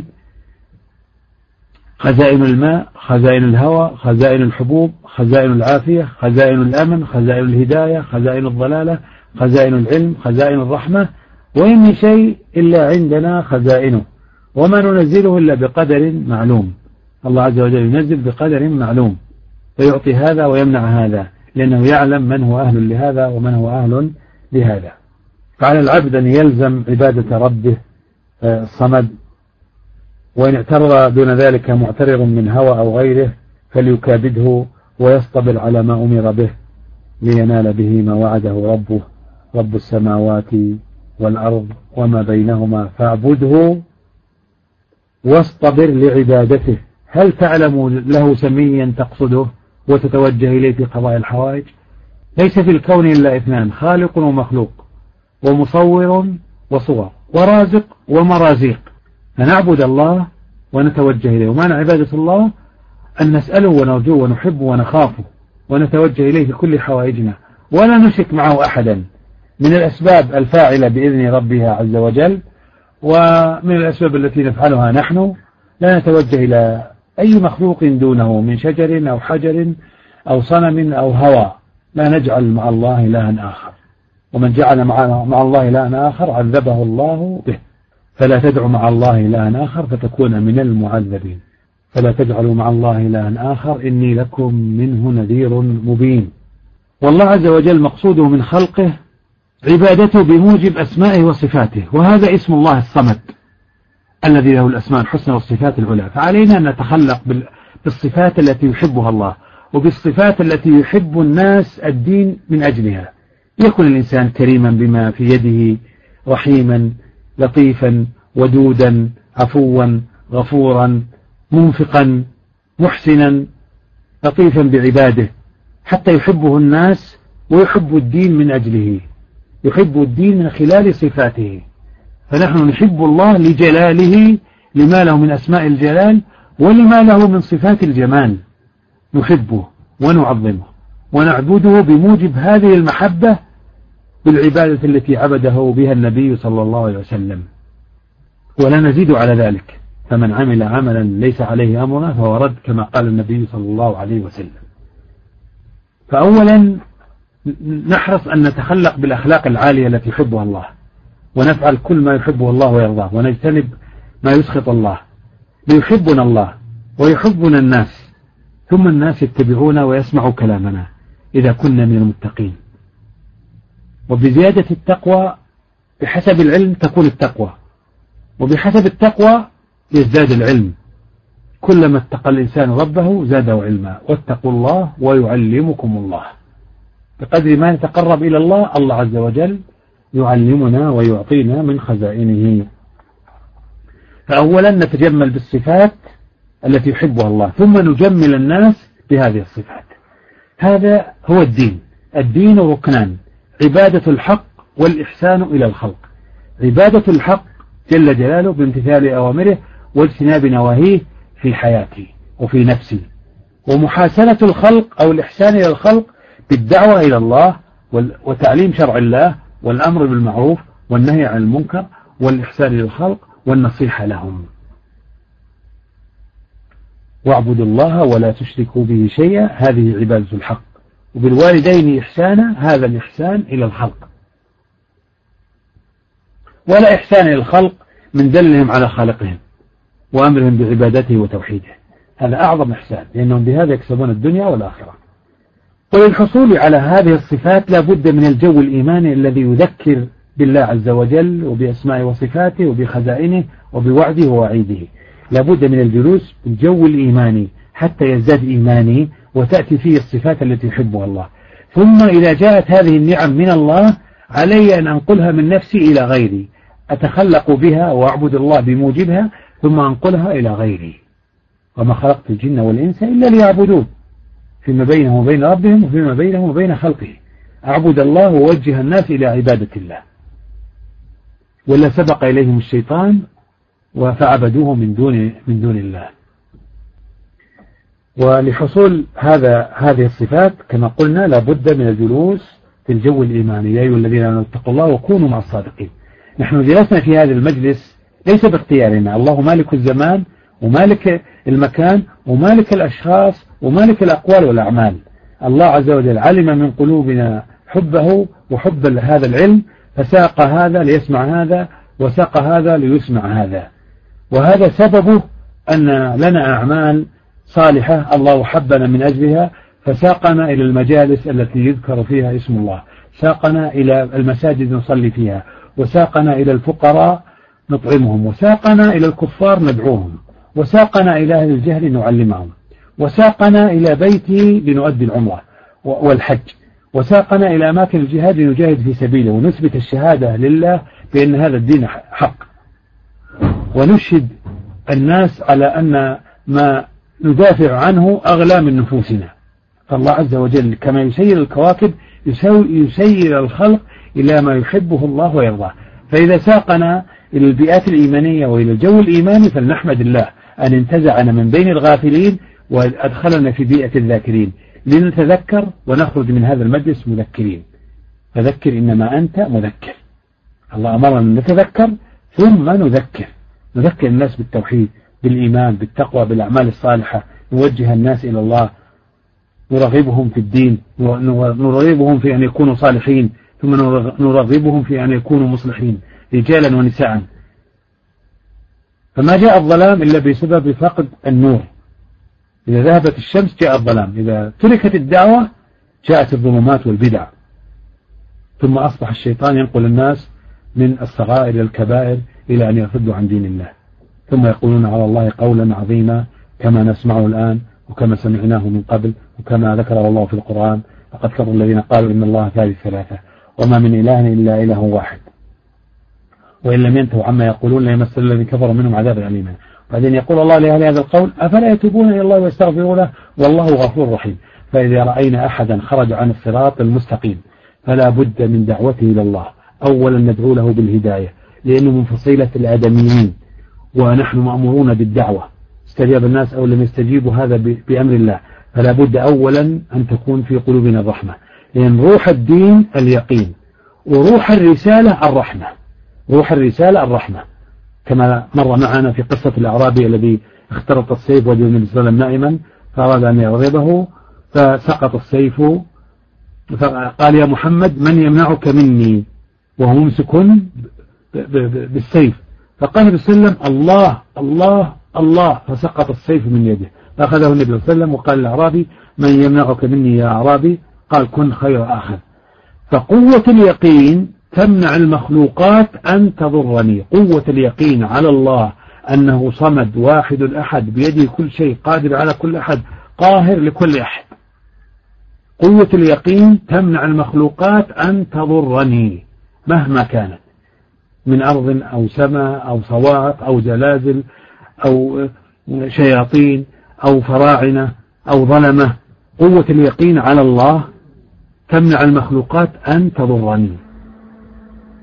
خزائن الماء، خزائن الهواء، خزائن الحبوب، خزائن العافية، خزائن الأمن، خزائن الهداية، خزائن الضلالة، خزائن العلم، خزائن الرحمة، وإن من شيء إلا عندنا خزائنه، وما ننزله إلا بقدر معلوم. الله عز وجل ينزل بقدر معلوم، فيعطي هذا ويمنع هذا، لأنه يعلم من هو أهل لهذا ومن هو أهل لهذا. فعلى العبد أن يلزم عبادة ربه الصمد، وإن اعترض دون ذلك معترض من هوى أو غيره فليكابده ويصطبر على ما أمر به لينال به ما وعده ربه رب السماوات والأرض وما بينهما، فاعبده واصطبر لعبادته. هل تعلم له سميا تقصده وتتوجه إليه في قضاء الحوائج؟ ليس في الكون إلا اثنان، خالق ومخلوق، ومصور وصور، ورازق ومرازيق. فنعبد الله ونتوجه إليه، ومعنى عبادة الله أن نسأله ونرجوه ونحبه ونخافه ونتوجه إليه في كل حوائجنا، ولا نشرك معه أحدا من الأسباب الفاعلة بإذن ربها عز وجل، ومن الأسباب التي نفعلها نحن لا نتوجه إلى أي مخلوق دونه من شجر أو حجر أو صنم أو هوى، لا نجعل مع الله إلها آخر، ومن جعل مع الله إلها آخر عذبه الله به. فلا تدعوا مع الله إلها آخر فتكون من المعذبين، فلا تجعلوا مع الله إلها آخر إني لكم منه نذير مبين. والله عز وجل مقصوده من خلقه عبادته بموجب أسمائه وصفاته، وهذا اسم الله الصمد الذي له الأسماء الحسنى والصفات العلى. فعلينا أن نتخلق بالصفات التي يحبها الله، وبالصفات التي يحب الناس الدين من أجلها. يكون الإنسان كريما بما في يده، رحيما لطيفا ودودا عفوا غفورا منفقا محسنا لطيفا بعباده، حتى يحبه الناس ويحب الدين من أجله، يحب الدين من خلال صفاته. فنحن نحب الله لجلاله، لما له من أسماء الجلال ولما له من صفات الجمال، نحبه ونعظمه ونعبده بموجب هذه المحبة بالعبادة التي عبده بها النبي صلى الله عليه وسلم، ولا نزيد على ذلك. فمن عمل عملا ليس عليه أمرنا فهو رد، كما قال النبي صلى الله عليه وسلم. فأولا نحرص أن نتخلق بالأخلاق العالية التي يحبها الله، ونفعل كل ما يحبه الله ويرضاه، ونجتنب ما يسخط الله، ليحبنا الله ويحبنا الناس، ثم الناس يتبعون ويسمعوا كلامنا إذا كنا من المتقين. وبزيادة التقوى بحسب العلم تكون التقوى، وبحسب التقوى يزداد العلم. كلما اتقى الإنسان ربه زاده علما، واتقوا الله ويعلمكم الله. بقدر ما نتقرب إلى الله، الله عز وجل يعلمنا ويعطينا من خزائنه. فأولا نتجمل بالصفات التي يحبها الله، ثم نجمل الناس بهذه الصفات. هذا هو الدين. الدين ركنان: عبادة الحق والإحسان إلى الخلق. عبادة الحق جل جلاله بامتثال أوامره واجتناب نواهيه في حياتي وفي نفسي، ومحاسنة الخلق أو الإحسان إلى الخلق بالدعوة إلى الله وتعليم شرع الله والأمر بالمعروف والنهي عن المنكر والإحسان إلى الخلق والنصيحة لهم. واعبدوا الله ولا تشركوا به شيئا، هذه عبادة الحق. وبالوالدين إحسانا، هذا الإحسان إلى الخلق. ولا إحسان إلى الخلق من دلهم على خالقهم وأمرهم بعبادته وتوحيده، هذا أعظم إحسان، لأنهم بهذا يكسبون الدنيا والآخرة. وللحصول على هذه الصفات لا بد من الجو الإيماني الذي يذكر بالله عز وجل وبأسمائه وصفاته وبخزائنه وبوعده ووعيده. لا بد من الجلوس بالجو الإيماني حتى يزداد إيماني وتأتي فيه الصفات التي يحبها الله. ثم إذا جاءت هذه النعم من الله علي أن أنقلها من نفسي إلى غيري، أتخلق بها وأعبد الله بموجبها ثم أنقلها إلى غيري. وما خلقت الجن والإنس إلا ليعبدون، فيما بينهم وبين ربهم وفيما بينهم وبين خلقه. أعبد الله ووجه الناس إلى عبادة الله، ولا سبق إليهم الشيطان فعبدوه من دون الله. ولحصول هذه الصفات كما قلنا لا بد من الجلوس في الجو الإيماني. يا أيها الذين آمنوا اتقوا الله وكونوا مع الصادقين. نحن جلسنا في هذا المجلس ليس باختيارنا، الله مالك الزمان ومالك المكان ومالك الأشخاص ومالك الأقوال والأعمال. الله عز وجل علم من قلوبنا حبه وحب هذا العلم، فساق هذا ليسمع هذا وساق هذا ليسمع هذا. وهذا سببه أن لنا أعمال صالحة الله حبنا من أجلها، فساقنا إلى المجالس التي يذكر فيها اسم الله، ساقنا إلى المساجد نصلي فيها، وساقنا إلى الفقراء نطعمهم، وساقنا إلى الكفار ندعوهم، وساقنا إلى أهل الجهل نعلمهم، وساقنا إلى بيته لنؤدي العمرة والحج، وساقنا إلى أماكن الجهاد لنجاهد في سبيله ونثبت الشهادة لله بأن هذا الدين حق، ونشهد الناس على أن ما ندافع عنه أغلى من نفوسنا. فالله عز وجل كما يسير الكواكب يسير الخلق إلى ما يحبه الله ويرضاه. فإذا ساقنا إلى البيئات الإيمانية وإلى الجو الإيماني فلنحمد الله أن انتزعنا من بين الغافلين وأدخلنا في بيئة الذاكرين لنتذكر ونخرج من هذا المجلس مذكرين. فذكر إنما أنت مذكر. الله أمرنا أن نتذكر ثم نذكر الناس بالتوحيد بالإيمان بالتقوى بالأعمال الصالحة، نوجه الناس إلى الله، نرغبهم في الدين، نرغبهم في أن يكونوا صالحين، ثم نرغبهم في أن يكونوا مصلحين رجالا ونساء. فما جاء الظلام إلا بسبب فقد النور. إذا ذهبت الشمس جاء الظلام، إذا تركت الدعوة جاءت الظلمات والبدع. ثم أصبح الشيطان ينقل الناس من الصغائر إلى الكبائر إلى أن يرتدوا عن دين الله، ثم يقولون على الله قولا عظيما كما نسمعه الآن وكما سمعناه من قبل وكما ذكره الله في القرآن: لقد كفر الذين قالوا إن الله ثالث ثلاثة وما من إله إلا إله واحد وإن لم ينتهوا عما يقولون ليمس الذين كفروا منهم عذاب أليما. بعدين يقول الله لأهل هذا القول: أفلا يتوبون إلى الله ويستغفرونه والله غفور رحيم. فإذا رأينا أحدا خرج عن الصراط المستقيم فلا بد من دعوته إلى الله. أولا ندعو له بالهداية لأنه من فصيلة الآدميين ونحن مأمورون بالدعوة، استجاب الناس أو لم يستجيبوا هذا بأمر الله. فلا بد أولا أن تكون في قلوبنا الرحمة، لأن روح الدين اليقين وروح الرسالة الرحمة. روح الرسالة الرحمة كما مر معنا في قصة الأعرابي الذي اخترط السيف وجد النبي صلى الله عليه وسلم نائما فأراد أن يضربه فسقط السيف، فقال: يا محمد من يمنعك مني؟ وهو ممسك بالسيف. فقال النبي صلى الله عليه وسلم: الله الله الله، فسقط السيف من يده. فأخذه النبي صلى الله عليه وسلم وقال للأعرابي: من يمنعك مني يا أعرابي؟ قال: كن خير آخر. فقوة اليقين تمنع المخلوقات أن تضرني. قوة اليقين على الله أنه صمد واحد أحد بيده كل شيء، قادر على كل أحد، قاهر لكل أحد. قوة اليقين تمنع المخلوقات أن تضرني مهما كانت، من أرض أو سماء أو صواعق أو زلازل أو شياطين أو فراعنة أو ظلمة. قوة اليقين على الله تمنع المخلوقات أن تضرني.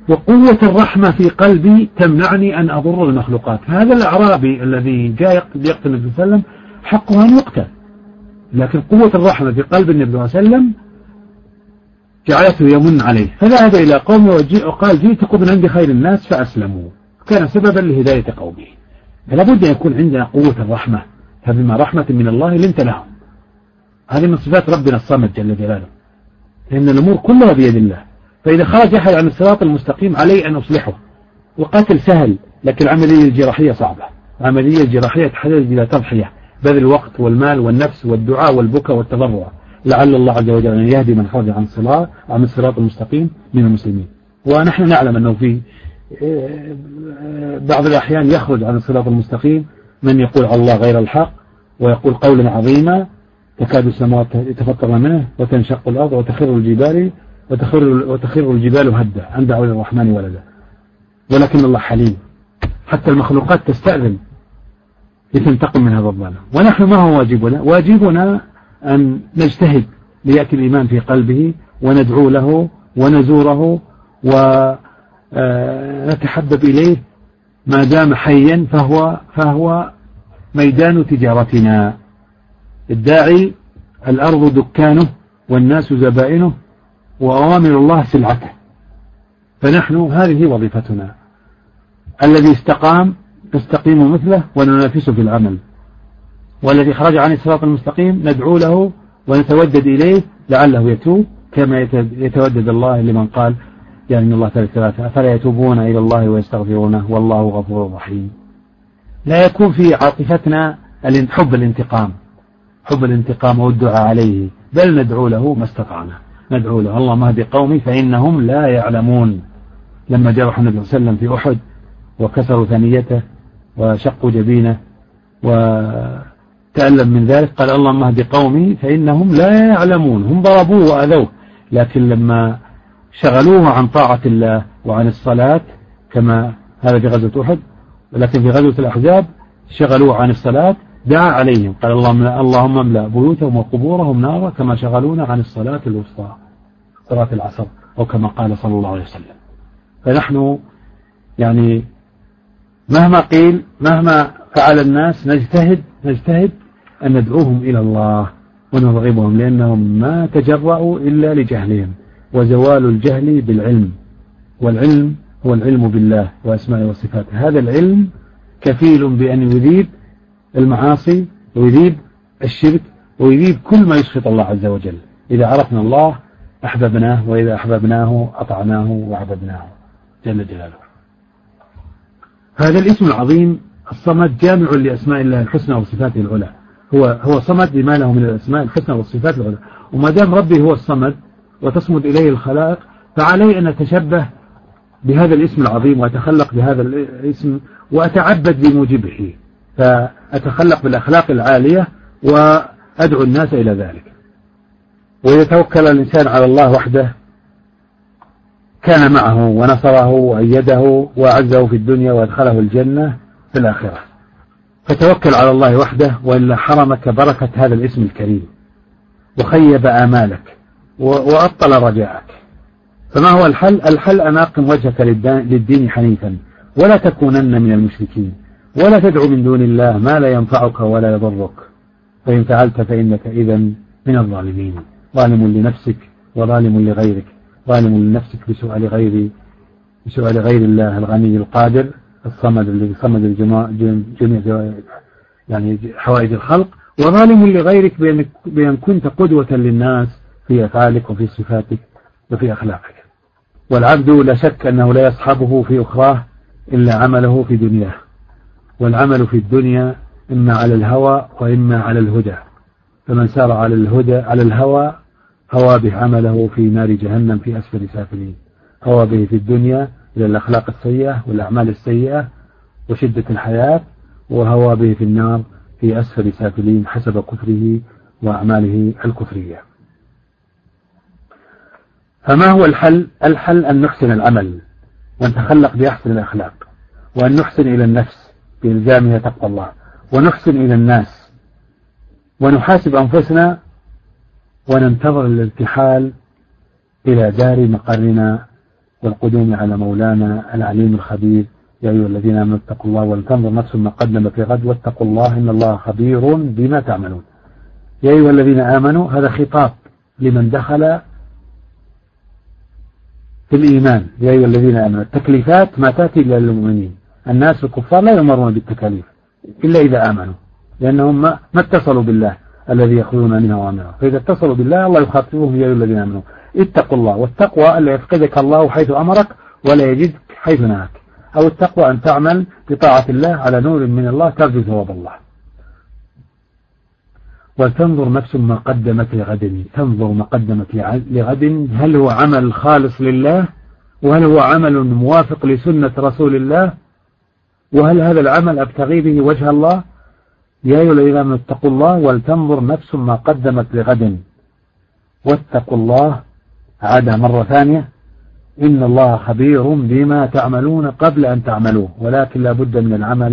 وقوة الرحمة في قلبي تمنعني أن أضر المخلوقات. هذا الأعرابي الذي جاء يقتل النبي صلى الله عليه وسلم حقه أن يقتل، لكن قوة الرحمة في قلب النبي صلى الله عليه وسلم جعلته يمن عليه، فذهب إلى قومه وقال جئتكم من عند خير الناس فأسلموا، كان سببا لهداية قومه. فلا بد أن يكون عندنا قوة الرحمة، فبما رحمة من الله لنت لهم. هذه من صفات ربنا الصمد جل جلاله، لأن الأمور كلها بيد الله. فإذا خرج أحد عن الصراط المستقيم عليه أن أصلحه. وقتل سهل، لكن العملية الجراحية صعبة. العملية الجراحية تحتاج إلى تضحية، بذل الوقت والمال والنفس والدعاء والبكاء والتضرع، لعل الله عز وجل أن يهدي من خرج عن الصراط المستقيم من المسلمين. ونحن نعلم أنه في بعض الأحيان يخرج عن الصراط المستقيم من يقول على الله غير الحق، ويقول قولا عظيما تكاد السماوات يتفطرن منه وتنشق الأرض وتخر الجبال هدا عن دعوة الرحمن ولدا. ولكن الله حليم، حتى المخلوقات تستأذن لتنتقم من هذا الظالم. ونحن ما هو واجبنا؟ واجبنا أن نجتهد ليأتي الإيمان في قلبه، وندعو له ونزوره ونتحبب إليه ما دام حيا، فهو ميدان تجارتنا. الداعي الأرض دكانه والناس زبائنه وأوامر الله سلعته. فنحن هذه وظيفتنا. الذي استقام نستقيم مثله وننافسه في العمل، والذي خرج عن الصراط المستقيم ندعو له ونتودد إليه لعله يتوب، كما يتودد الله لمن قال يعني إن الله ثلاثة فلا يتوبون إلى الله ويستغفرونه والله غفور رحيم. لا يكون في عاطفتنا حب الانتقام والدعاء عليه، بل ندعو له ما استطعنا. ندعو له اللهم اهد قومي فإنهم لا يعلمون. لما جرحوا النبي صلى الله عليه وسلم في أحد وكسروا ثنيته وشقوا جبينه وتألم من ذلك، قال اللهم اهد قومي فإنهم لا يعلمون. هم ضربوه وأذوه، لكن لما شغلوه عن طاعة الله وعن الصلاة، كما هذا في غزوة أحد، ولكن في غزوة الأحزاب شغلوه عن الصلاة، دعا عليهم قال اللهم املأ بيوتهم وقبورهم نارا كما شغلونا عن الصلاة الوسطى صلاة العصر، أو كما قال صلى الله عليه وسلم. فنحن يعني مهما قيل مهما فعل الناس نجتهد أن ندعوهم إلى الله ونرغبهم، لأنهم ما تجرؤوا إلا لجهلهم، وزوال الجهل بالعلم، والعلم هو العلم بالله وأسمائه وصفاته. هذا العلم كفيل بأن يذيب المعاصي ويذيب الشرك ويذيب كل ما يسخط الله عز وجل. إذا عرفنا الله أحببناه، وإذا أحببناه أطعناه وعبدناه جل جلاله. هذا الاسم العظيم الصمد جامع لأسماء الله الحسنى وصفاته العلى. هو صمد لما له من الأسماء الحسنى والصفات العلى. وما دام ربي هو الصمد وتصمد إليه الخلائق، فعلي أن أتشبه بهذا الاسم العظيم وأتخلق بهذا الاسم وأتعبد بموجبه، فأتخلق بالأخلاق العالية وأدعو الناس إلى ذلك. وإذا توكل الإنسان على الله وحده كان معه ونصره وأيده وأعزه في الدنيا وأدخله الجنة في الآخرة. فتوكل على الله وحده، وإلا حرمك بركة هذا الاسم الكريم وخيب آمالك وأبطل رجاءك. فما هو الحل؟ الحل أن أقم وجهك للدين حنيفا، ولا تكونن من المشركين، ولا تدعو من دون الله ما لا ينفعك ولا يضرك، فإن فعلت فإنك إذن من الظالمين. ظالم لنفسك وظالم لغيرك، ظالم لنفسك بسؤال غير الله الغني القادر الصمد الذي صمد جميع يعني حوائج الخلق، وظالم لغيرك بأن كنت قدوة للناس في أفعالك وفي صفاتك وفي أخلاقك. والعبد لا شك أنه لا يصحبه في أخراه إلا عمله في دنياه، والعمل في الدنيا إما على الهوى وإما على الهدى، فمن سار على الهوى هوى به عمله في نار جهنم في أسفل سافلين، هوى به في الدنيا إلى الأخلاق السيئة والأعمال السيئة وشدة الحياة، وهوى به في النار في أسفل سافلين حسب كفره وأعماله الكفرية. فما هو الحل؟ الحل أن نحسن العمل ونتخلق بأحسن الأخلاق، وأن نحسن إلى النفس بإلزامها تقوى الله، ونحسن إلى الناس، ونحاسب أنفسنا، وننتظر الارتحال إلى دار مقرنا والقدوم على مولانا العليم الخبير. يا أيها الذين آمنوا اتقوا الله ولتنظر نفس ما قدمت لغد واتقوا الله إن الله خبير بما تعملون. يا أيها الذين آمنوا هذا خطاب لمن دخل في الإيمان. يا أيها الذين آمنوا التكليفات ما تأتي إلا للمؤمنين. الناس الكفار لا يمرون بالتكاليف إلا إذا آمنوا، لأنهم ما اتصلوا بالله الذي يأخذون منه وامره، فإذا اتصلوا بالله الله يخاطبهم يا أيها الذين آمنوا اتقوا الله. والتقوى ألا يفقدك الله حيث أمرك ولا يجدك حيث نهاك، أو التقوى أن تعمل بطاعة الله على نور من الله ترجو ثواب الله. ولتنظر نفس ما قدمت لغد، تنظر ما قدمت لغد، هل هو عمل خالص لله، وهل هو عمل موافق لسنة رسول الله، وهل هذا العمل أبتغي به وجه الله. يا أيها الذين آمنوا اتقوا الله ولتنظر نفس ما قدمت لغد واتقوا الله. عادها مرة ثانية إن الله خبير بما تعملون قبل أن تعملوه، ولكن لا بد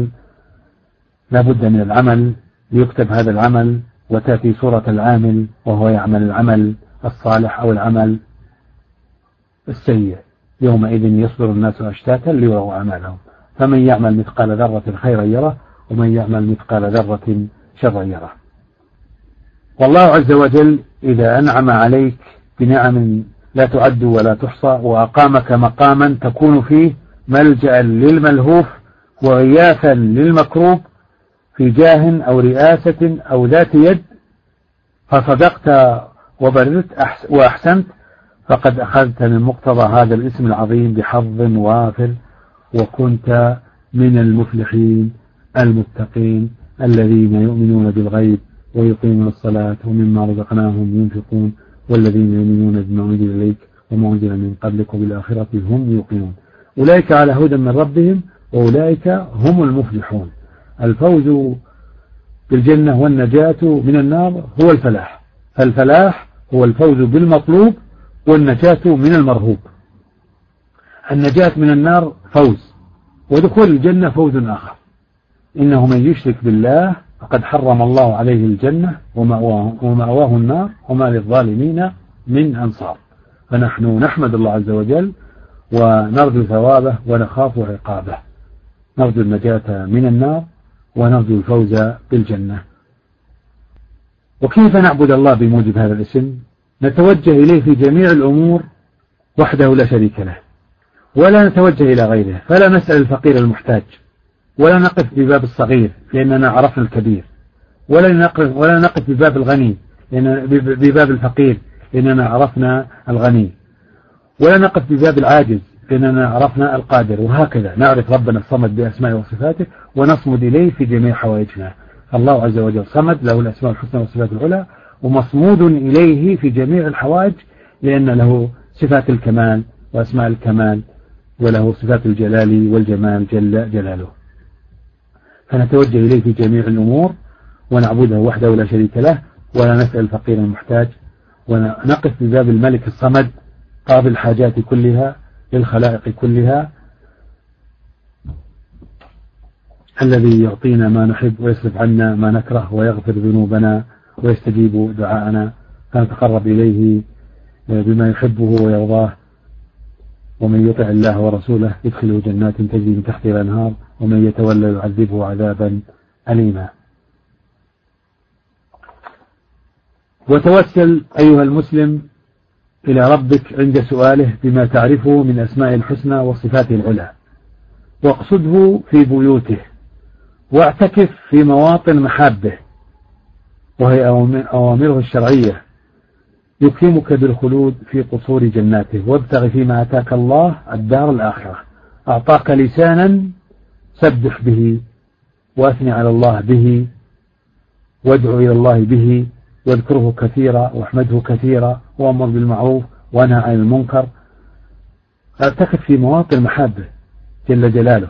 من العمل ليكتب هذا العمل وتأتي صورة العامل وهو يعمل العمل الصالح أو العمل السيء. يومئذ يصدر الناس أشتاتا ليروا أعمالهم، فمن يعمل مثقال ذرة خيرا يره ومن يعمل مثقال ذرة شرا يره. والله عز وجل إذا أنعم عليك بنعم لا تعد ولا تحصى وأقامك مقاما تكون فيه ملجأ للملهوف وغياثا للمكروب في جاه أو رئاسة أو ذات يد، فصدقت وبررت وأحسنت، فقد أخذت من مقتضى هذا الاسم العظيم بحظ وافر، وكنت من المفلحين المتقين الذين يؤمنون بالغيب ويقيمون الصلاة ومما رزقناهم ينفقون والذين يؤمنون بما أنزل إليك وما أنزل من قبلك وبالآخرة هم يوقنون. أولئك على هدى من ربهم وأولئك هم المفلحون. الفوز بالجنة والنجاة من النار هو الفلاح، فالفلاح هو الفوز بالمطلوب والنجاة من المرهوب. النجاة من النار فوز، ودخول الجنة فوز آخر. إنه من يشرك بالله فقد حرم الله عليه الجنة ومأواه النار وما للظالمين من أنصار. فنحن نحمد الله عز وجل ونرجو ثوابه ونخاف عقابه، نرجو النجاة من النار ونرجو الفوز بالجنة. وكيف نعبد الله بموجب هذا الاسم؟ نتوجه إليه في جميع الأمور وحده لا شريك له، ولا نتوجه إلى غيره، فلا نسأل الفقير المحتاج، ولا نقف بباب الصغير لأننا عرفنا الكبير، ولا نقف بباب الغني بباب الفقير لأننا عرفنا الغني، ولا نقف بباب العاجز لأننا عرفنا القادر. وهكذا نعرف ربنا الصمد بأسمائه وصفاته ونصمد إليه في جميع حوائجنا. الله عز وجل صمد له الأسماء الحسنى والصفات العلى، ومصمود إليه في جميع الحوائج لأن له صفات الكمال وأسماء الكمال، وله صفات الجلال والجمال جل جلاله. فنتوجه إليه في جميع الأمور ونعبده وحده لا شريك له، ولا نسأل الفقير المحتاج، ونقف بباب الملك الصمد قاضي الحاجات كلها للخلائق كلها، الذي يعطينا ما نحب ويصرف عنا ما نكره ويغفر ذنوبنا ويستجيب دعاءنا، فنتقرب إليه بما يحبه ويرضاه. ومن يطع الله ورسوله يدخله جنات تجري من تحتها الأنهار ومن يتولى يعذبه عذابا أليما. وتوسل أيها المسلم إلى ربك عند سؤاله بما تعرفه من أسماء الحسنى وصفاته العلى، واقصده في بيوته، واعتكف في مواطن محابه وهي أوامره الشرعية، يكرمك بالخلود في قصور جناته، وابتغ فيما أتاك الله الدار الآخرة. أعطاك لسانا سبح به وأثني على الله به وادعو إلى الله به واذكره كثيرا واحمده كثيرا وأمر بالمعروف وانهى عن المنكر. اعتكف في مواطن محابه جل جلاله،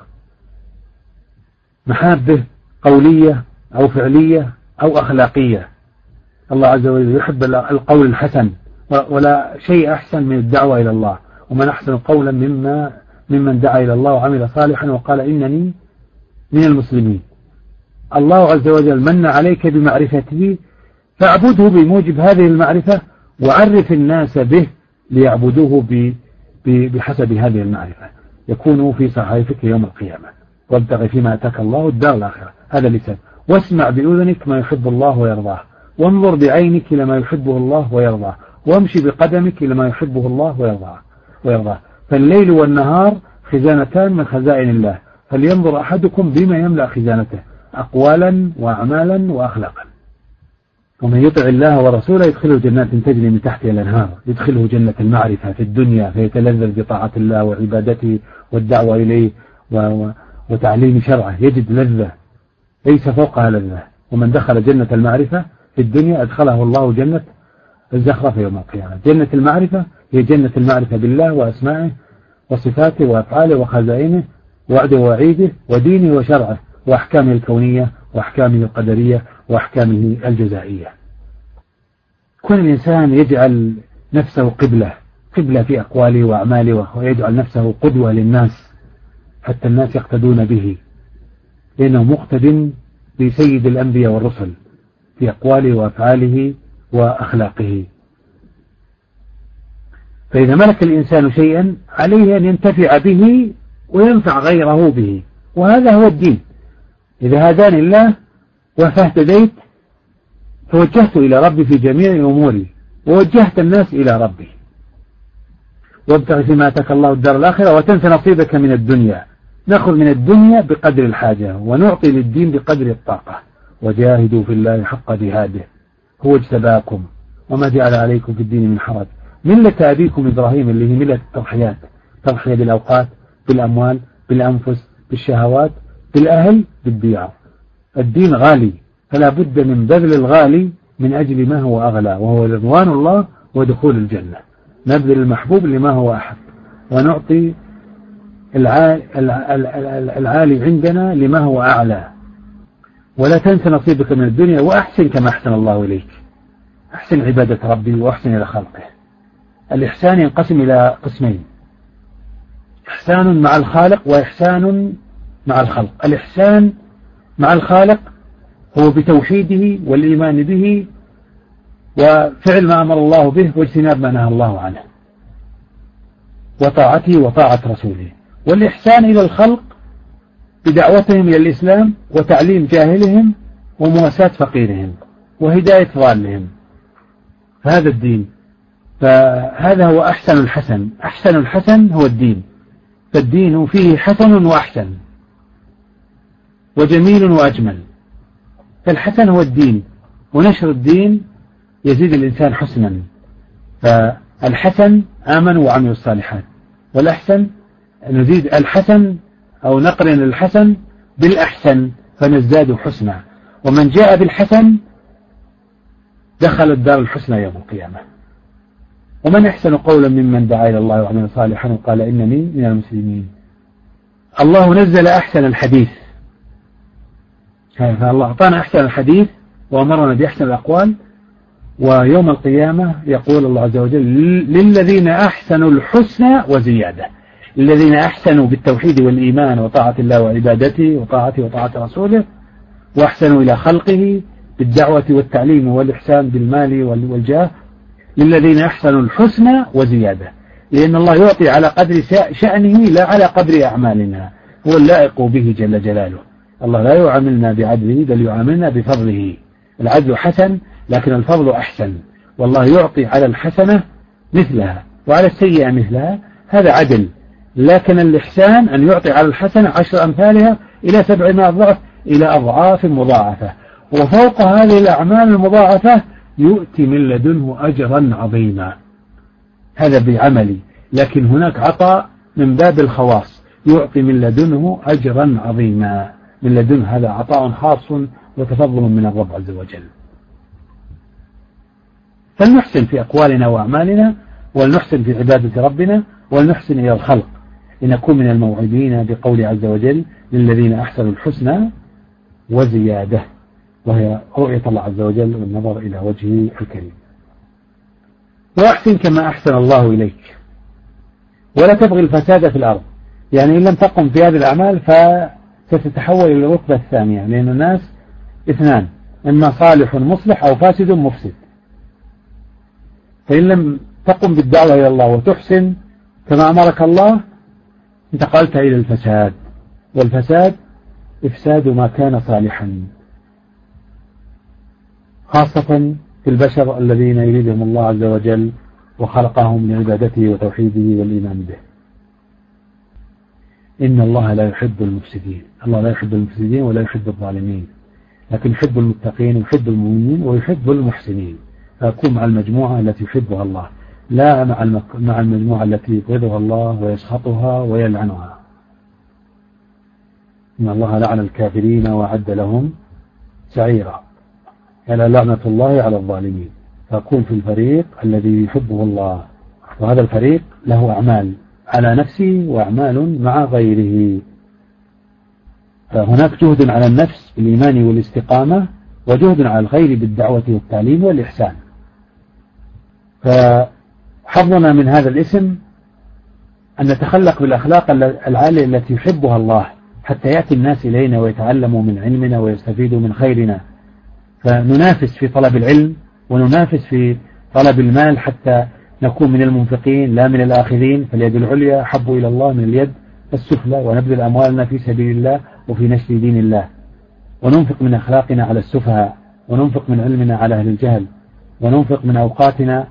محابه قولية أو فعلية أو أخلاقية. الله عز وجل يحب القول الحسن، ولا شيء أحسن من الدعوة إلى الله، ومن أحسن قولا ممن دعا إلى الله وعمل صالحا وقال إنني من المسلمين. الله عز وجل من عليك بمعرفته، فاعبده بموجب هذه المعرفة، وعرف الناس به ليعبدوه بحسب هذه المعرفة يكون في صحائفك يوم القيامة. وابتغ فيما أتاك الله الدار الآخرة، هذا لسان. واسمع بأذنك ما يحب الله ويرضاه، وانظر بعينك إلى ما يحبه الله ويرضاه، وامشي بقدمك إلى ما يحبه الله ويرضاه. فالليل والنهار خزانتان من خزائن الله، فلينظر أحدكم بما يملأ خزانته، أقوالا وأعمالا وأخلاقا. ومن يطع الله ورسوله يدخله جنات تجري من تحتها الأنهار، يدخله جنة المعرفة في الدنيا فيتلذذ بطاعة الله وعبادته والدعوة إليه وتعليم شرعه، يجد لذة ليس فوقها لذة. ومن دخل جنة المعرفة في الدنيا أدخله الله جنة الزخرفة يوم القيامة. جنة المعرفة هي جنة المعرفة بالله وأسمائه وصفاته وأفعاله وخزائنه وعده ووعيده ودينه وشرعه وأحكامه الكونية وأحكامه القدرية وأحكامه الجزائية. كل إنسان يجعل نفسه قبلة في أقواله وأعماله، ويجعل نفسه قدوة للناس حتى الناس يقتدون به، لأنه مقتد بسيد الأنبياء والرسل في أقواله وأفعاله وأخلاقه. فإذا ملك الإنسان شيئا عليه أن ينتفع به وينفع غيره به، وهذا هو الدين. إذا هداني الله فاهتديت فوجهت إلى ربي في جميع أموري، ووجهت الناس إلى ربي. وابتغ فيما آتاك الله الدار الآخرة وتنس نصيبك من الدنيا. نأخذ من الدنيا بقدر الحاجة ونعطي للدين بقدر الطاقة. وجاهدوا في الله حق جهاده هو اجتباكم وما جعل عليكم في الدين من حرج ملة أبيكم إبراهيم، اللي هي ملة التضحيات، تضحية بالأوقات، بالأموال، بالأنفس، بالشهوات، بالأهل، بالديار. الدين غالي، فلا بد من بذل الغالي من أجل ما هو أغلى، وهو رضوان الله ودخول الجنة. نبذل المحبوب لما هو أحب، ونعطي العالي عندنا لما هو أعلى. ولا تنس نصيبك من الدنيا وأحسن كما أحسن الله إليك. أحسن عبادة ربي وأحسن إلى خلقه. الإحسان ينقسم إلى قسمين: إحسان مع الخالق وإحسان مع الخلق. الإحسان مع الخالق هو بتوحيده والإيمان به وفعل ما أمر الله به واجتناب ما نهى الله عنه وطاعته وطاعة رسوله. والإحسان إلى الخلق بدعوتهم إلى الإسلام وتعليم جاهلهم ومواساة فقيرهم وهداية ضالهم. فهذا الدين، فهذا هو أحسن الحسن. أحسن الحسن هو الدين، فالدين فيه حسن وأحسن وجميل وأجمل. فالحسن هو الدين، ونشر الدين يزيد الإنسان حسنا. فالحسن آمنوا وعملوا الصالحات، والأحسن نزيد الحسن أو نقرن الحسن بالأحسن فنزداد حسنا. ومن جاء بالحسن دخل الدار الحسنى يوم القيامة. ومن أحسن قولا ممن دعا إلى الله وعمل صالحا وقال إنني من المسلمين. الله نزل أحسن الحديث، فالله أعطانا أحسن الحديث وأمرنا بأحسن الأقوال. ويوم القيامة يقول الله عز وجل للذين أحسنوا الحسنى وزيادة. الذين أحسنوا بالتوحيد والإيمان وطاعة الله وعبادته وطاعته وطاعة رسوله، وأحسنوا إلى خلقه بالدعوة والتعليم والإحسان بالمال والجاه، للذين أحسنوا الحسنى وزيادة. لأن الله يعطي على قدر شأنه لا على قدر أعمالنا، هو اللائق به جل جلاله. الله لا يعاملنا بعدله بل يعاملنا بفضله. العدل حسن لكن الفضل أحسن، والله يعطي على الحسنة مثلها وعلى السيئة مثلها، هذا عدل. لكن الإحسان أن يعطي على الحسنة 10 أمثالها إلى 700 ضعف إلى أضعاف مضاعفة، وفوق هذه الأعمال المضاعفة يؤتي من لدنه أجرا عظيما. هذا بعملي، لكن هناك عطاء من باب الخواص، يعطي من لدنه أجرا عظيما. من لدنه هذا عطاء خاص وتفضل من الرب عز وجل. فلنحسن في أقوالنا وأعمالنا، ولنحسن في عبادة ربنا، ولنحسن إلى الخلق، لنكون من الموعدين بقول عز وجل للذين أحسنوا الحسنى وزيادة، وهي رؤية الله عز وجل والنظر إلى وجهه الكريم. وأحسن كما أحسن الله إليك، ولا تبغي الفساد في الأرض. يعني إن لم تقم في هذه الأعمال فستتحول إلى الرتبة الثانية، لأن الناس اثنان: إما صالح مصلح أو فاسد مفسد. فإن لم تقم بالدعوة إلى الله وتحسن كما أمرك الله انتقلت إلى الفساد، والفساد إفساد ما كان صالحا، خاصة في البشر الذين يريدهم الله عز وجل وخلقهم لعبادته وتوحيده والإيمان به. إن الله لا يحب المفسدين، الله لا يحب المفسدين ولا يحب الظالمين، لكن يحب المتقين ويحب المؤمنين ويحب المحسنين، فأكون مع المجموعة التي يحبها الله، لا مع المجموعة التي يبغضها الله ويسخطها ويلعنها. إن الله لعن الكافرين وأعد لهم سعيرا، ألا لعنة الله على الظالمين. فأكون في الفريق الذي يحبه الله، وهذا الفريق له أعمال على نفسه وأعمال مع غيره. فهناك جهد على النفس بالإيمان والاستقامة، وجهد على الغير بالدعوة والتعليم والإحسان. فحظنا من هذا الاسم أن نتخلق بالأخلاق العالية التي يحبها الله، حتى يأتي الناس إلينا ويتعلموا من علمنا ويستفيدوا من خيرنا. فننافس في طلب العلم وننافس في طلب المال حتى نكون من المنفقين لا من الآخذين، فاليد العليا أحب إلى الله من اليد السفلى، ونبذل أموالنا في سبيل الله وفي نشر دين الله، وننفق من أخلاقنا على السفهاء، وننفق من علمنا على أهل الجهل، وننفق من أوقاتنا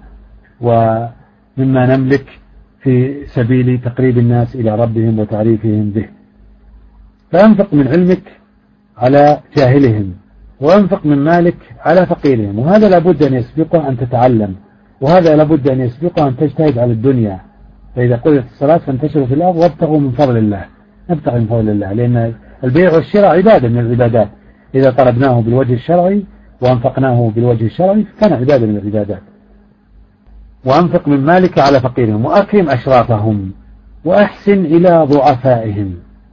ومما نملك في سبيل تقريب الناس إلى ربهم وتعريفهم به. فأنفق من علمك على جاهلهم، وأنفق من مالك على فقيرهم، وهذا لابد أن يسبقه أن تتعلم، وهذا لابد أن يسبقه أن تجتهد على الدنيا. فإذا قلت الصلاة فانتشروا في الأرض وابتغوا من فضل الله، نبتغي من فضل الله، لأن البيع والشراء عبادة من العبادات، إذا طلبناه بالوجه الشرعي وأنفقناه بالوجه الشرعي كان عبادة من العبادات. وأنفق من مالك على فقيرهم، وأكرم أشرافهم، وأحسن إلى ضعفائهم.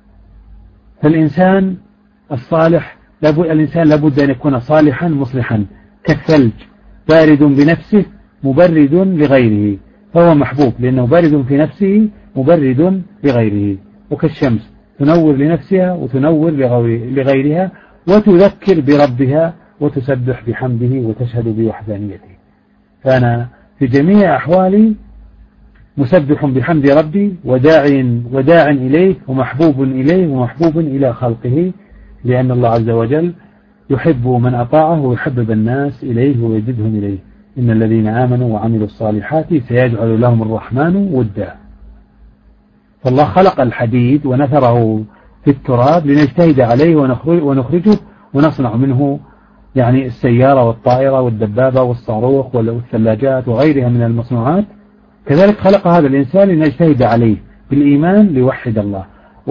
فالإنسان الصالح الإنسان لابد أن يكون صالحا مصلحا، كالثلج بارد بنفسه مبرد لغيره، فهو محبوب لأنه بارد في نفسه مبرد لغيره، وكالشمس تنور لنفسها وتنور لغيرها، وتذكر بربها وتسبح بحمده وتشهد بوحدانيته. فأنا في جميع أحوالي مسبح بحمد ربي وداع إليه ومحبوب إليه ومحبوب إلى خلقه، لأن الله عز وجل يحب من أطاعه ويحبب الناس إليه ويجدهم إليه. إن الذين آمنوا وعملوا الصالحات سيجعل لهم الرحمن ودا. فالله خلق الحديد ونثره في التراب لنجتهد عليه ونخرجه ونصنع منه يعني السيارة والطائرة والدبابة والصاروخ والثلاجات وغيرها من المصنوعات. كذلك خلق هذا الإنسان لنجتهد عليه بالإيمان ليوحد الله،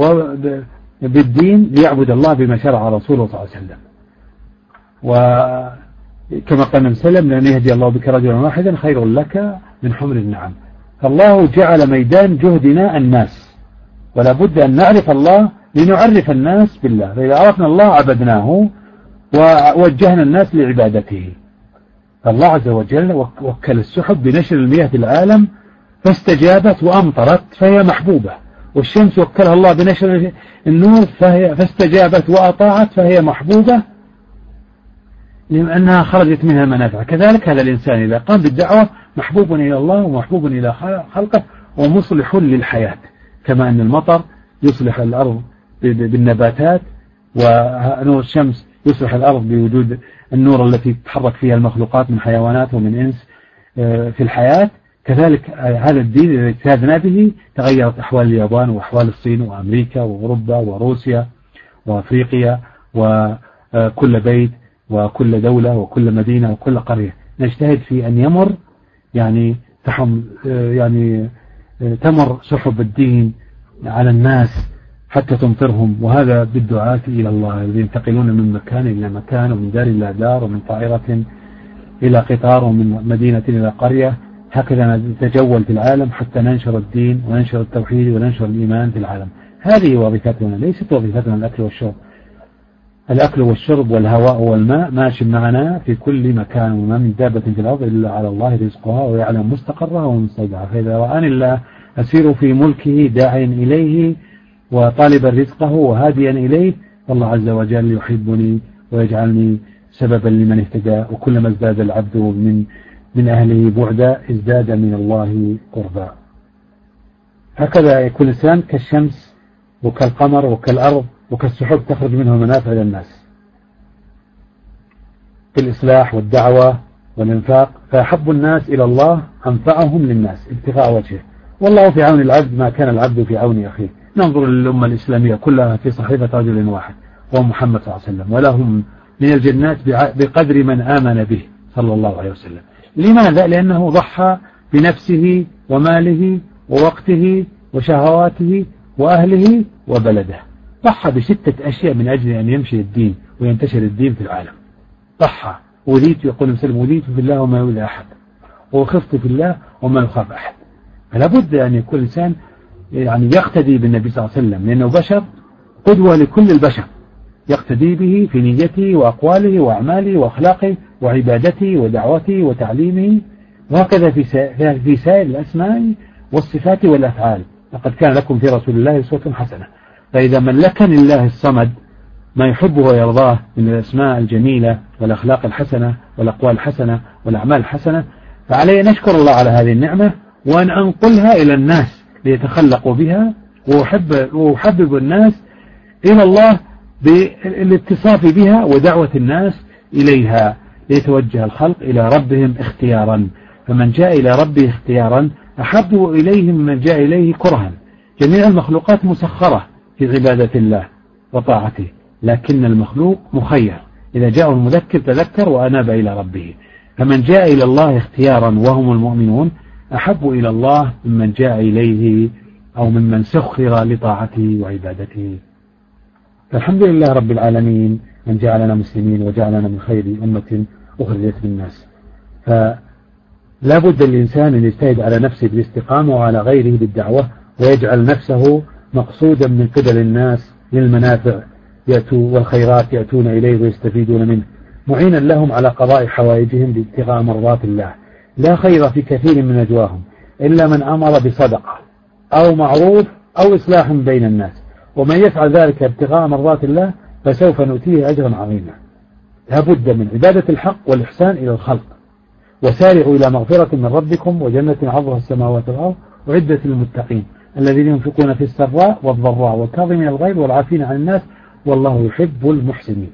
وبالدين ليعبد الله بما شرع رسوله صلى الله عليه وسلم. وكما قال النبي صلى الله عليه وسلم: لأن يهدي الله بك رجلا واحدا خير لك من حمر النعم. فالله جعل ميدان جهدنا الناس، ولا بد أن نعرف الله لنعرف الناس بالله، فإذا عرفنا الله عبدناه ووجهنا الناس لعبادته. فالله عز وجل وكل السحب بنشر المياه في العالم فاستجابت وأمطرت فهي محبوبة، والشمس وكلها الله بنشر النور فاستجابت وأطاعت فهي محبوبة لأنها خرجت منها منافع. كذلك هذا الإنسان إذا قام بالدعوة محبوب إلى الله ومحبوب إلى خلقه ومصلح للحياة، كما أن المطر يصلح الأرض بالنباتات، ونور الشمس يصلح الأرض بوجود النور التي تتحرك فيها المخلوقات من حيوانات ومن إنس في الحياة. كذلك هذا الدين الذي اجتهدنا به تغيرت أحوال اليابان وأحوال الصين وأمريكا وأوروبا وروسيا وأفريقيا وكل بيت وكل دولة وكل مدينة وكل قرية. نجتهد في أن يمر تمر سحب الدين على الناس حتى تمطرهم، وهذا بالدعاة إلى الله الذين ينتقلون من مكان إلى مكان ومن دار إلى دار ومن طائرة إلى قطار ومن مدينة إلى قرية. هكذا نتجول في العالم حتى ننشر الدين وننشر التوحيد وننشر الإيمان في العالم. هذه وظيفتنا، ليست وظيفتنا الأكل والشرب. الأكل والشرب والهواء والماء ماشي معنا في كل مكان، وما من دابة في الأرض إلا على الله رزقها ويعلم مستقرها ومستودعها. فإذا رآني الله أسير في ملكه داعيا إليه وطالبا رزقه وهاديا إليه، فالله عز وجل يحبني ويجعلني سببا لمن اهتدى. وكلما ازداد العبد من أهله بعدا ازداد من الله قربا. هكذا يكون الإنسان كالشمس وكالقمر وكالأرض وكالسحب تخرج منه منافع للناس في الإصلاح والدعوة والإنفاق. فأحب الناس إلى الله أنفعهم للناس ابتغاء وجهه، والله في عون العبد ما كان العبد في عون أخيه. ننظر للأمة الإسلامية كلها في صحيفة رجل واحد وهو محمد صلى الله عليه وسلم، ولهم من الجنات بقدر من آمن به صلى الله عليه وسلم. لماذا؟ لأنه ضحى بنفسه وماله ووقته وشهواته وأهله وبلده، ضحى ب6 أشياء من أجل أن يمشي الدين وينتشر الدين في العالم. ضحى، أوليت يقول المسلم أوليت في الله وما يولي أحد، وخفت في الله وما يخاف أحد. فلا بد أن يكون الإنسان يعني يقتدي بالنبي صلى الله عليه وسلم، لأنه بشر قدوة لكل البشر، يقتدي به في نيته وأقواله وأعماله وأخلاقه وعبادته ودعوته وتعليمه، وهكذا في سائر الأسماء والصفات والأفعال. لقد كان لكم في رسول الله أسوة حسنة. فإذا ملكني الله الصمد ما يحبه ويرضاه من الأسماء الجميلة والأخلاق الحسنة والأقوال الحسنة والأعمال الحسنة، فعلي أن أشكر الله على هذه النعمة وأن أنقلها إلى الناس ليتخلقوا بها، وأحبب الناس إلى الله بالاتصاف بها ودعوة الناس إليها، ليتوجه الخلق إلى ربهم اختيارا. فمن جاء إلى ربه اختيارا أحب إليه من جاء إليه كرها. جميع المخلوقات مسخرة في عبادة الله وطاعته، لكن المخلوق مخير، إذا جاءه المذكر تذكر وأناب إلى ربه. فمن جاء إلى الله اختيارا وهم المؤمنون أحب إلى الله ممن جاء إليه أو ممن سخر لطاعته وعبادته. فالحمد لله رب العالمين من جعلنا مسلمين وجعلنا من خير أمة أخرجت للناس. فلا بد الإنسان أن يجتهد على نفسه بالاستقامة وعلى غيره بالدعوة، ويجعل نفسه مقصودا من قبل الناس للمنافع والخيرات يأتون إليه ويستفيدون منه، معينا لهم على قضاء حوائجهم بابتغاء مرضات الله. لا خير في كثير من نجواهم إلا من أمر بصدقة أو معروف أو إصلاح بين الناس، ومن يفعل ذلك ابتغاء مرضات الله فسوف نؤتيه أجرا عظيما. لا بد من عبادة الحق والإحسان إلى الخلق، وسارعوا إلى مغفرة من ربكم وجنة عرضها السماوات والأرض وعدة للمتقين الذين ينفقون في السراء والضراء والكاظمين الغيظ والعافين عن الناس والله يحب المحسنين.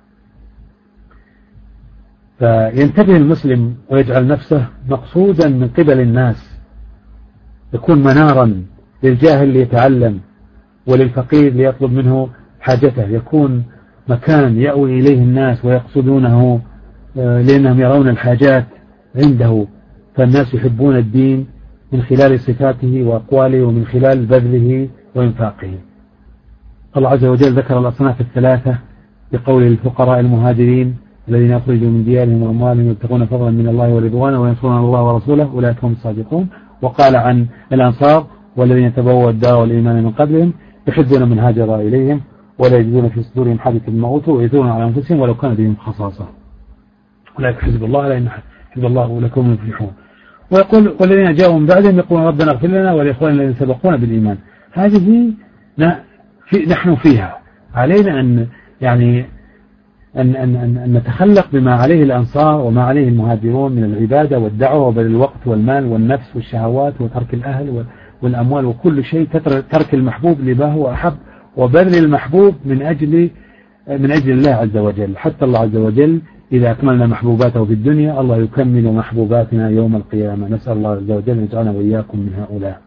فينتبه المسلم ويجعل نفسه مقصودا من قبل الناس، يكون منارا للجاهل ليتعلم وللفقير ليطلب منه حاجته، يكون مكان يأوي إليه الناس ويقصدونه لأنهم يرون الحاجات عنده. فالناس يحبون الدين من خلال صفاته وأقواله ومن خلال بذله وإنفاقه. الله عز وجل ذكر الأصناف الثلاثة بقول الفقراء المهاجرين الذين أخرجوا من ديارهم وأموالهم يبتغون فضلا من الله ورضوانه وينصرون الله ورسوله أولئك هم الصادقون. وقال عن الأنصار والذين تبوأوا الدار والإيمان من قبلهم يحبون من هاجر إليهم ولا يجدون في صدورهم حاجة مما أوتوا ويؤثرون على أنفسهم ولو كان بهم خصاصة أولئك حزب الله لأن حزب الله لكم يفلحون. ويقول والذين جاءوا من بعدهم يقولون ربنا اغفر لنا ولإخواننا الذين سبقونا بالإيمان. هذه نحن فيها، علينا أن يعني أن نتخلق بما عليه الأنصار وما عليه المهاجرون من العبادة والدعوة وبذل الوقت والمال والنفس والشهوات وترك الأهل والأموال وكل شيء، ترك المحبوب لما هو أحب وبذل المحبوب من أجل الله عز وجل. حتى الله عز وجل إذا أكملنا محبوباته في الدنيا الله يكمل محبوباتنا يوم القيامة. نسأل الله عز وجل أن يجعلنا وإياكم من هؤلاء،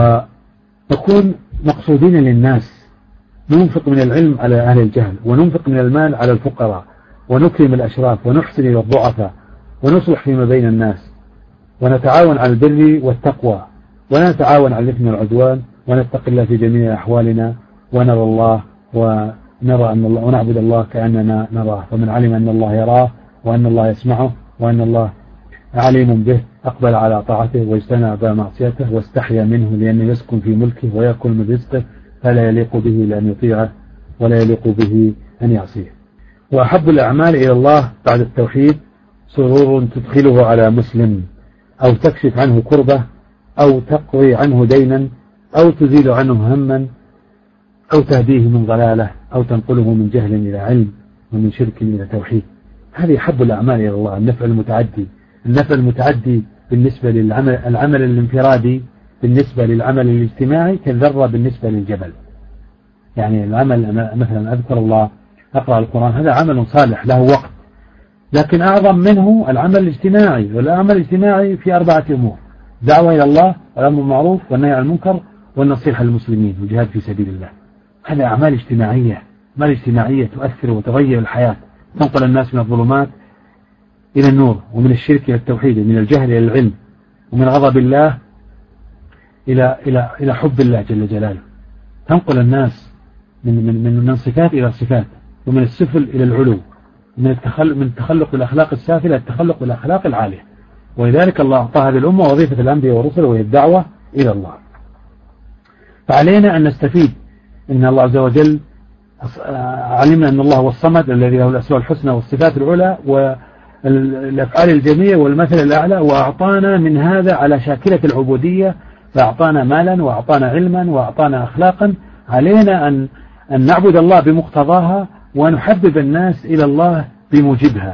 ونكون مقصودين للناس، ننفق من العلم على أهل الجهل وننفق من المال على الفقراء ونكرم الأشراف ونحسن إلى الضعفاء ونصلح فيما بين الناس ونتعاون على البر والتقوى ولا نتعاون على الإثم والعدوان ونتقي الله في جميع أحوالنا ونرى الله ونرى أن الله ونعبد الله كأننا نراه. فمن علم أن الله يراه وأن الله يسمعه وأن الله عليم به أقبل على طاعته واجتنب معصيته واستحيا منه لأنه يسكن في ملكه ويأكل من رزقه فلا يليق به لأن يطيعه ولا يليق به أن يعصيه. وأحب الأعمال إلى الله بعد التوحيد سرور تدخله على مسلم أو تكشف عنه كربة أو تقضي عنه دينا أو تزيل عنه هما أو تهديه من ضلالة أو تنقله من جهل إلى علم ومن شرك إلى توحيد. هذه أحب الأعمال إلى الله. النفع المتعدي بالنسبة للعمل الانفرادي بالنسبة للعمل الاجتماعي كالذرة بالنسبة للجبل. يعني العمل مثلا أذكر الله، أقرأ القرآن، هذا عمل صالح له وقت، لكن أعظم منه العمل الاجتماعي. والعمل الاجتماعي في 4 أمور: دعوة إلى الله، والأمر بالمعروف، والنهي عن المنكر، والنصيحة للمسلمين، والجهاد في سبيل الله. هذا أعمال اجتماعية، أعمال اجتماعية تؤثر وتغير الحياة، تنقل الناس من الظلمات إلى النور، ومن الشرك إلى التوحيد، ومن الجهل إلى العلم، ومن غضب الله إلى حب الله جل جلاله. تنقل الناس من صفات إلى صفات، ومن السفل إلى العلو، من التخلق بالأخلاق السافلة إلى التخلق بالأخلاق العالية. ولذلك الله أعطى هذه الأمة وظيفة الأنبياء والرسل، وهي الدعوة إلى الله. فعلينا أن نستفيد إن الله عز وجل علمنا أن الله هو الصمد الذي له الأسماء الحسنى والصفات العلى والأفعال الجميلة والمثل الأعلى، وأعطانا من هذا على شاكلة العبودية، فأعطانا مالا وأعطانا علما وأعطانا أخلاقا. علينا أن نعبد الله بمقتضاها، ونحبب الناس إلى الله بموجبها،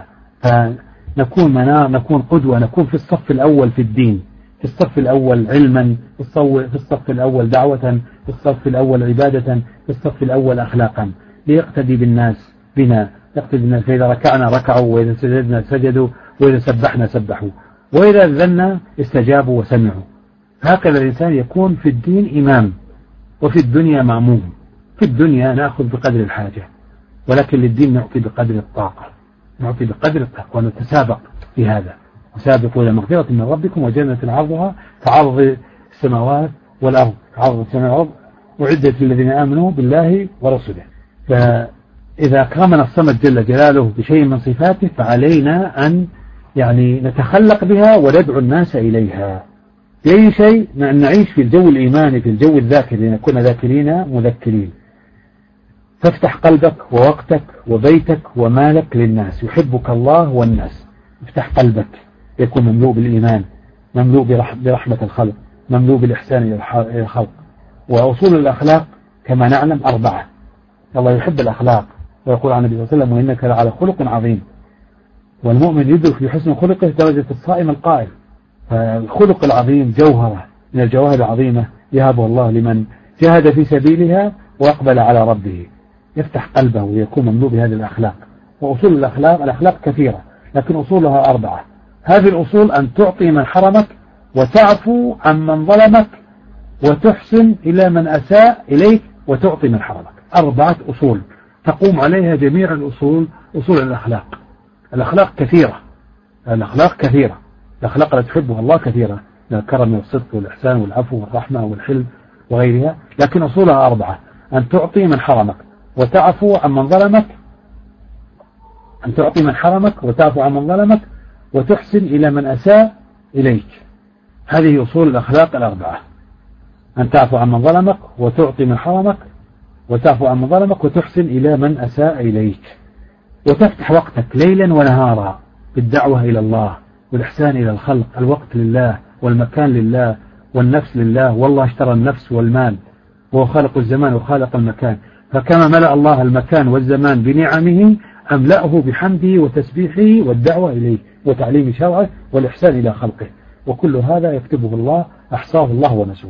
فنكون منار، نكون قدوة، نكون في الصف الأول في الدين، في الصف الأول علما، في الصف الأول دعوة، في الصف الأول عبادة، في الصف الأول أخلاقا، ليقتدي بالناس بنا، يقتدي بالناس. فإذا ركعنا ركعوا، وإذا سجدنا سجدوا، وإذا سبحنا سبحوا، وإذا أذنا استجابوا وسمعوا. هكذا الإنسان يكون في الدين إمام، وفي الدنيا مأموم. في الدنيا نأخذ بقدر الحاجة، ولكن للدين نعطي بقدر الطاقة، نعطي بقدر الطاقة، ونتسابق في هذا. وسابقوا إلى مغفرة من ربكم وجنة عرضها كعرض السماوات والأرض، كعرض السماوات والأرض، وعدت للذين آمنوا بالله ورسله. فإذا أكرمنا الصمد جل جلاله بشيء من صفاته، فعلينا أن نتخلق بها وندعو الناس إليها. بأي شيء نعيش في الجو الإيماني، في الجو الذاكر، لنكون ذاكرين مذكرين. فافتح قلبك ووقتك وبيتك ومالك للناس، يحبك الله والناس. افتح قلبك يكون مملوء بالإيمان، مملوء برحمة الخلق، مملوء بالإحسان إلى الخلق. وأصول الأخلاق كما نعلم 4. الله يحب الأخلاق، ويقول عن النبي صلى الله عليه وسلم: وإنك لعلى خلق عظيم. والمؤمن يدرك في حسن خلقه درجة الصائم القائم. فالخلق العظيم جوهرة من الجواهر العظيمة يهبه الله لمن جاهد في سبيلها وأقبل على ربه. يفتح قلبه ويكون مملوء بهذه الأخلاق. وأصول الأخلاق كثيرة، لكن أصولها 4. هذه الأصول: أن تعطي من حرمك، وتعفو عن من ظلمك، وتحسن إلى من أساء إليك، وتعطي من حرمك. 4 أصول تقوم عليها جميع الأصول، أصول الأخلاق. الأخلاق كثيرة، الأخلاق كثيرة، الأخلاق التي تحبها الله كثيرة، الكرم والصدق والإحسان والعفو والرحمة والحلم وغيرها، لكن أصولها 4: أن تعطي من حرمك، وتعفو عن من ظلمك، أن تعطي من حرمك وتعفو عن من ظلمك، وتحسن إلى من أساء إليك. هذه أصول الأخلاق 4: أن تعفو عن من ظلمك، وتعطي من حرمك، وتعفو عن من ظلمك، وتحسن إلى من أساء إليك. وتفتح وقتك ليلا ونهارا بالدعوة إلى الله، والإحسان إلى الخلق. الوقت لله، والمكان لله، والنفس لله. والله اشترى النفس والمال، وهو خالق الزمان وخالق المكان. فكما ملأ الله المكان والزمان بنعمه، أملأه بحمده وتسبيحه والدعوة إليه وتعليم شرعه والإحسان إلى خلقه. وكل هذا يكتبه الله، أحصاه الله ونسوه.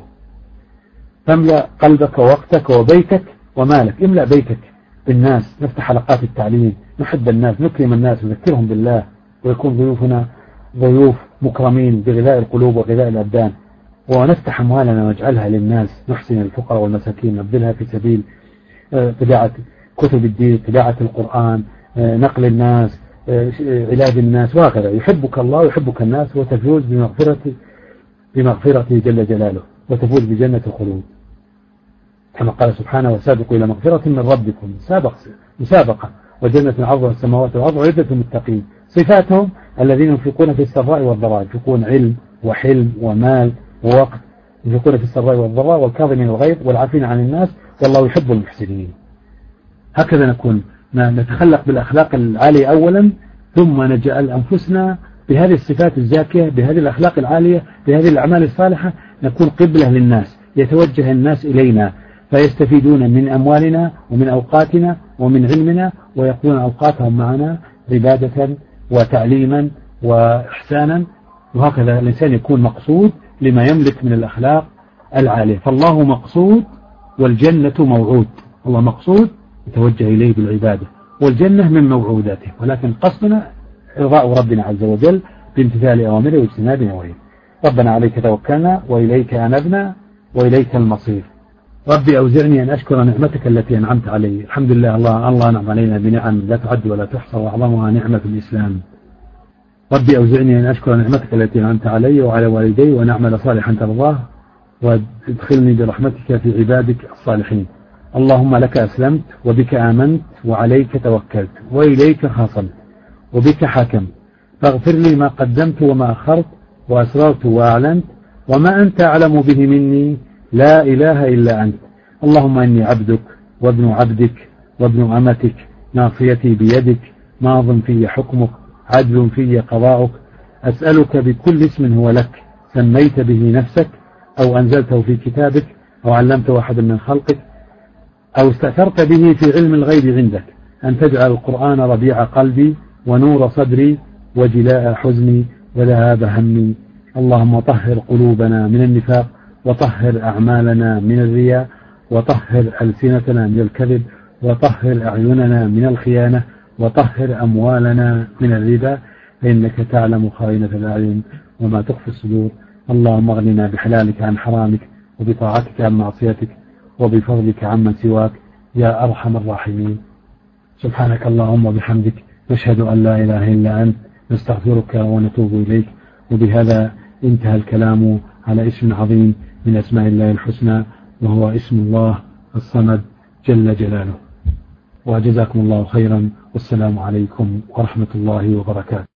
تملأ قلبك ووقتك وبيتك ومالك. املأ بيتك بالناس، نفتح حلقات التعليم، نحب الناس، نكرم الناس، نذكرهم بالله، ويكون ضيوفنا ضيوف مكرمين بغذاء القلوب وغذاء الأبدان. ونفتح أموالنا ونجعلها للناس، نحسن الفقراء والمساكين، نبذلها في سبيل طباعة كتب الدين، طباعة القرآن، نقل الناس، علاج الناس، وهكذا. يحبك الله ويحبك الناس، وتفوز بمغفرته جل جلاله، وتفوز بجنة الخلود، كما قال سبحانه: وسابقوا إلى مغفرة من ربكم. مسابقة، وجنة عرضها السماوات والأرض وعدة المتقين. صفاتهم: الذين ينفقون في السراء والضراء، ينفقون علم وحلم ومال ووقت، ينفقون في السراء والضراء، والكاظمين الغيظ والعافين عن الناس، والله يحب المحسنين. هكذا نكون نتخلق بالأخلاق العالية أولا، ثم نجعل أنفسنا بهذه الصفات الزاكية، بهذه الأخلاق العالية، بهذه الأعمال الصالحة، نكون قبلة للناس، يتوجه الناس إلينا، فيستفيدون من أموالنا ومن أوقاتنا ومن علمنا، ويقضون أوقاتهم معنا عبادة وتعليما وإحسانا. وهكذا الإنسان يكون مقصود لما يملك من الأخلاق العالية. فالله مقصود والجنة موعود. الله مقصود يتوجه إليه بالعبادة، والجنة من موعوداته، ولكن قصدنا إرضاء ربنا عز وجل بامتثال أوامره واجتناب نواهيه. ربنا عليك توكلنا وإليك أنبنا وإليك المصير. ربي أوزعني أن أشكر نعمتك التي أنعمت علي. الحمد لله، الله أنعم علينا بنعم لا تعد ولا تحصى، وأعظمها نعمة الإسلام. ربي أوزعني أن أشكر نعمتك التي أنعمت علي وعلى والدي، وأن أعمل صالحا ترضاه، وادخلني برحمتك في عبادك الصالحين. اللهم لك أسلمت، وبك آمنت، وعليك توكلت، وإليك خاصمت، وبك حكمت، فاغفر لي ما قدمت وما أخرت وأسررت وأعلنت، وما أنت أعلم به مني، لا إله إلا أنت. اللهم إني عبدك وابن عبدك وابن أمتك، ناصيتي بيدك، ماض في حكمك، عدل في قضاؤك. أسألك بكل اسم هو لك، سميت به نفسك أو أنزلته في كتابك أو علمته أحد من خلقك أو استأثرت به في علم الغيب عندك، أن تجعل القرآن ربيع قلبي ونور صدري وجلاء حزني وذهاب همي. اللهم طهر قلوبنا من النفاق، وطهر أعمالنا من الرياء، وطهر ألسنتنا من الكذب، وطهر أعيننا من الخيانة، وطهر أموالنا من الربا، فإنك تعلم خائنة الأعين وما تخفي الصدور. اللهم اغننا بحلالك عن حرامك، وبطاعتك عن معصيتك، وبفضلك عمن سواك يا أرحم الراحمين. سبحانك اللهم وبحمدك، نشهد أن لا إله إلا أنت، نستغفرك ونتوب إليك. وبهذا انتهى الكلام على اسم عظيم من أسماء الله الحسنى، وهو اسم الله الصمد جل جلاله. وجزاكم الله خيرا، والسلام عليكم ورحمة الله وبركاته.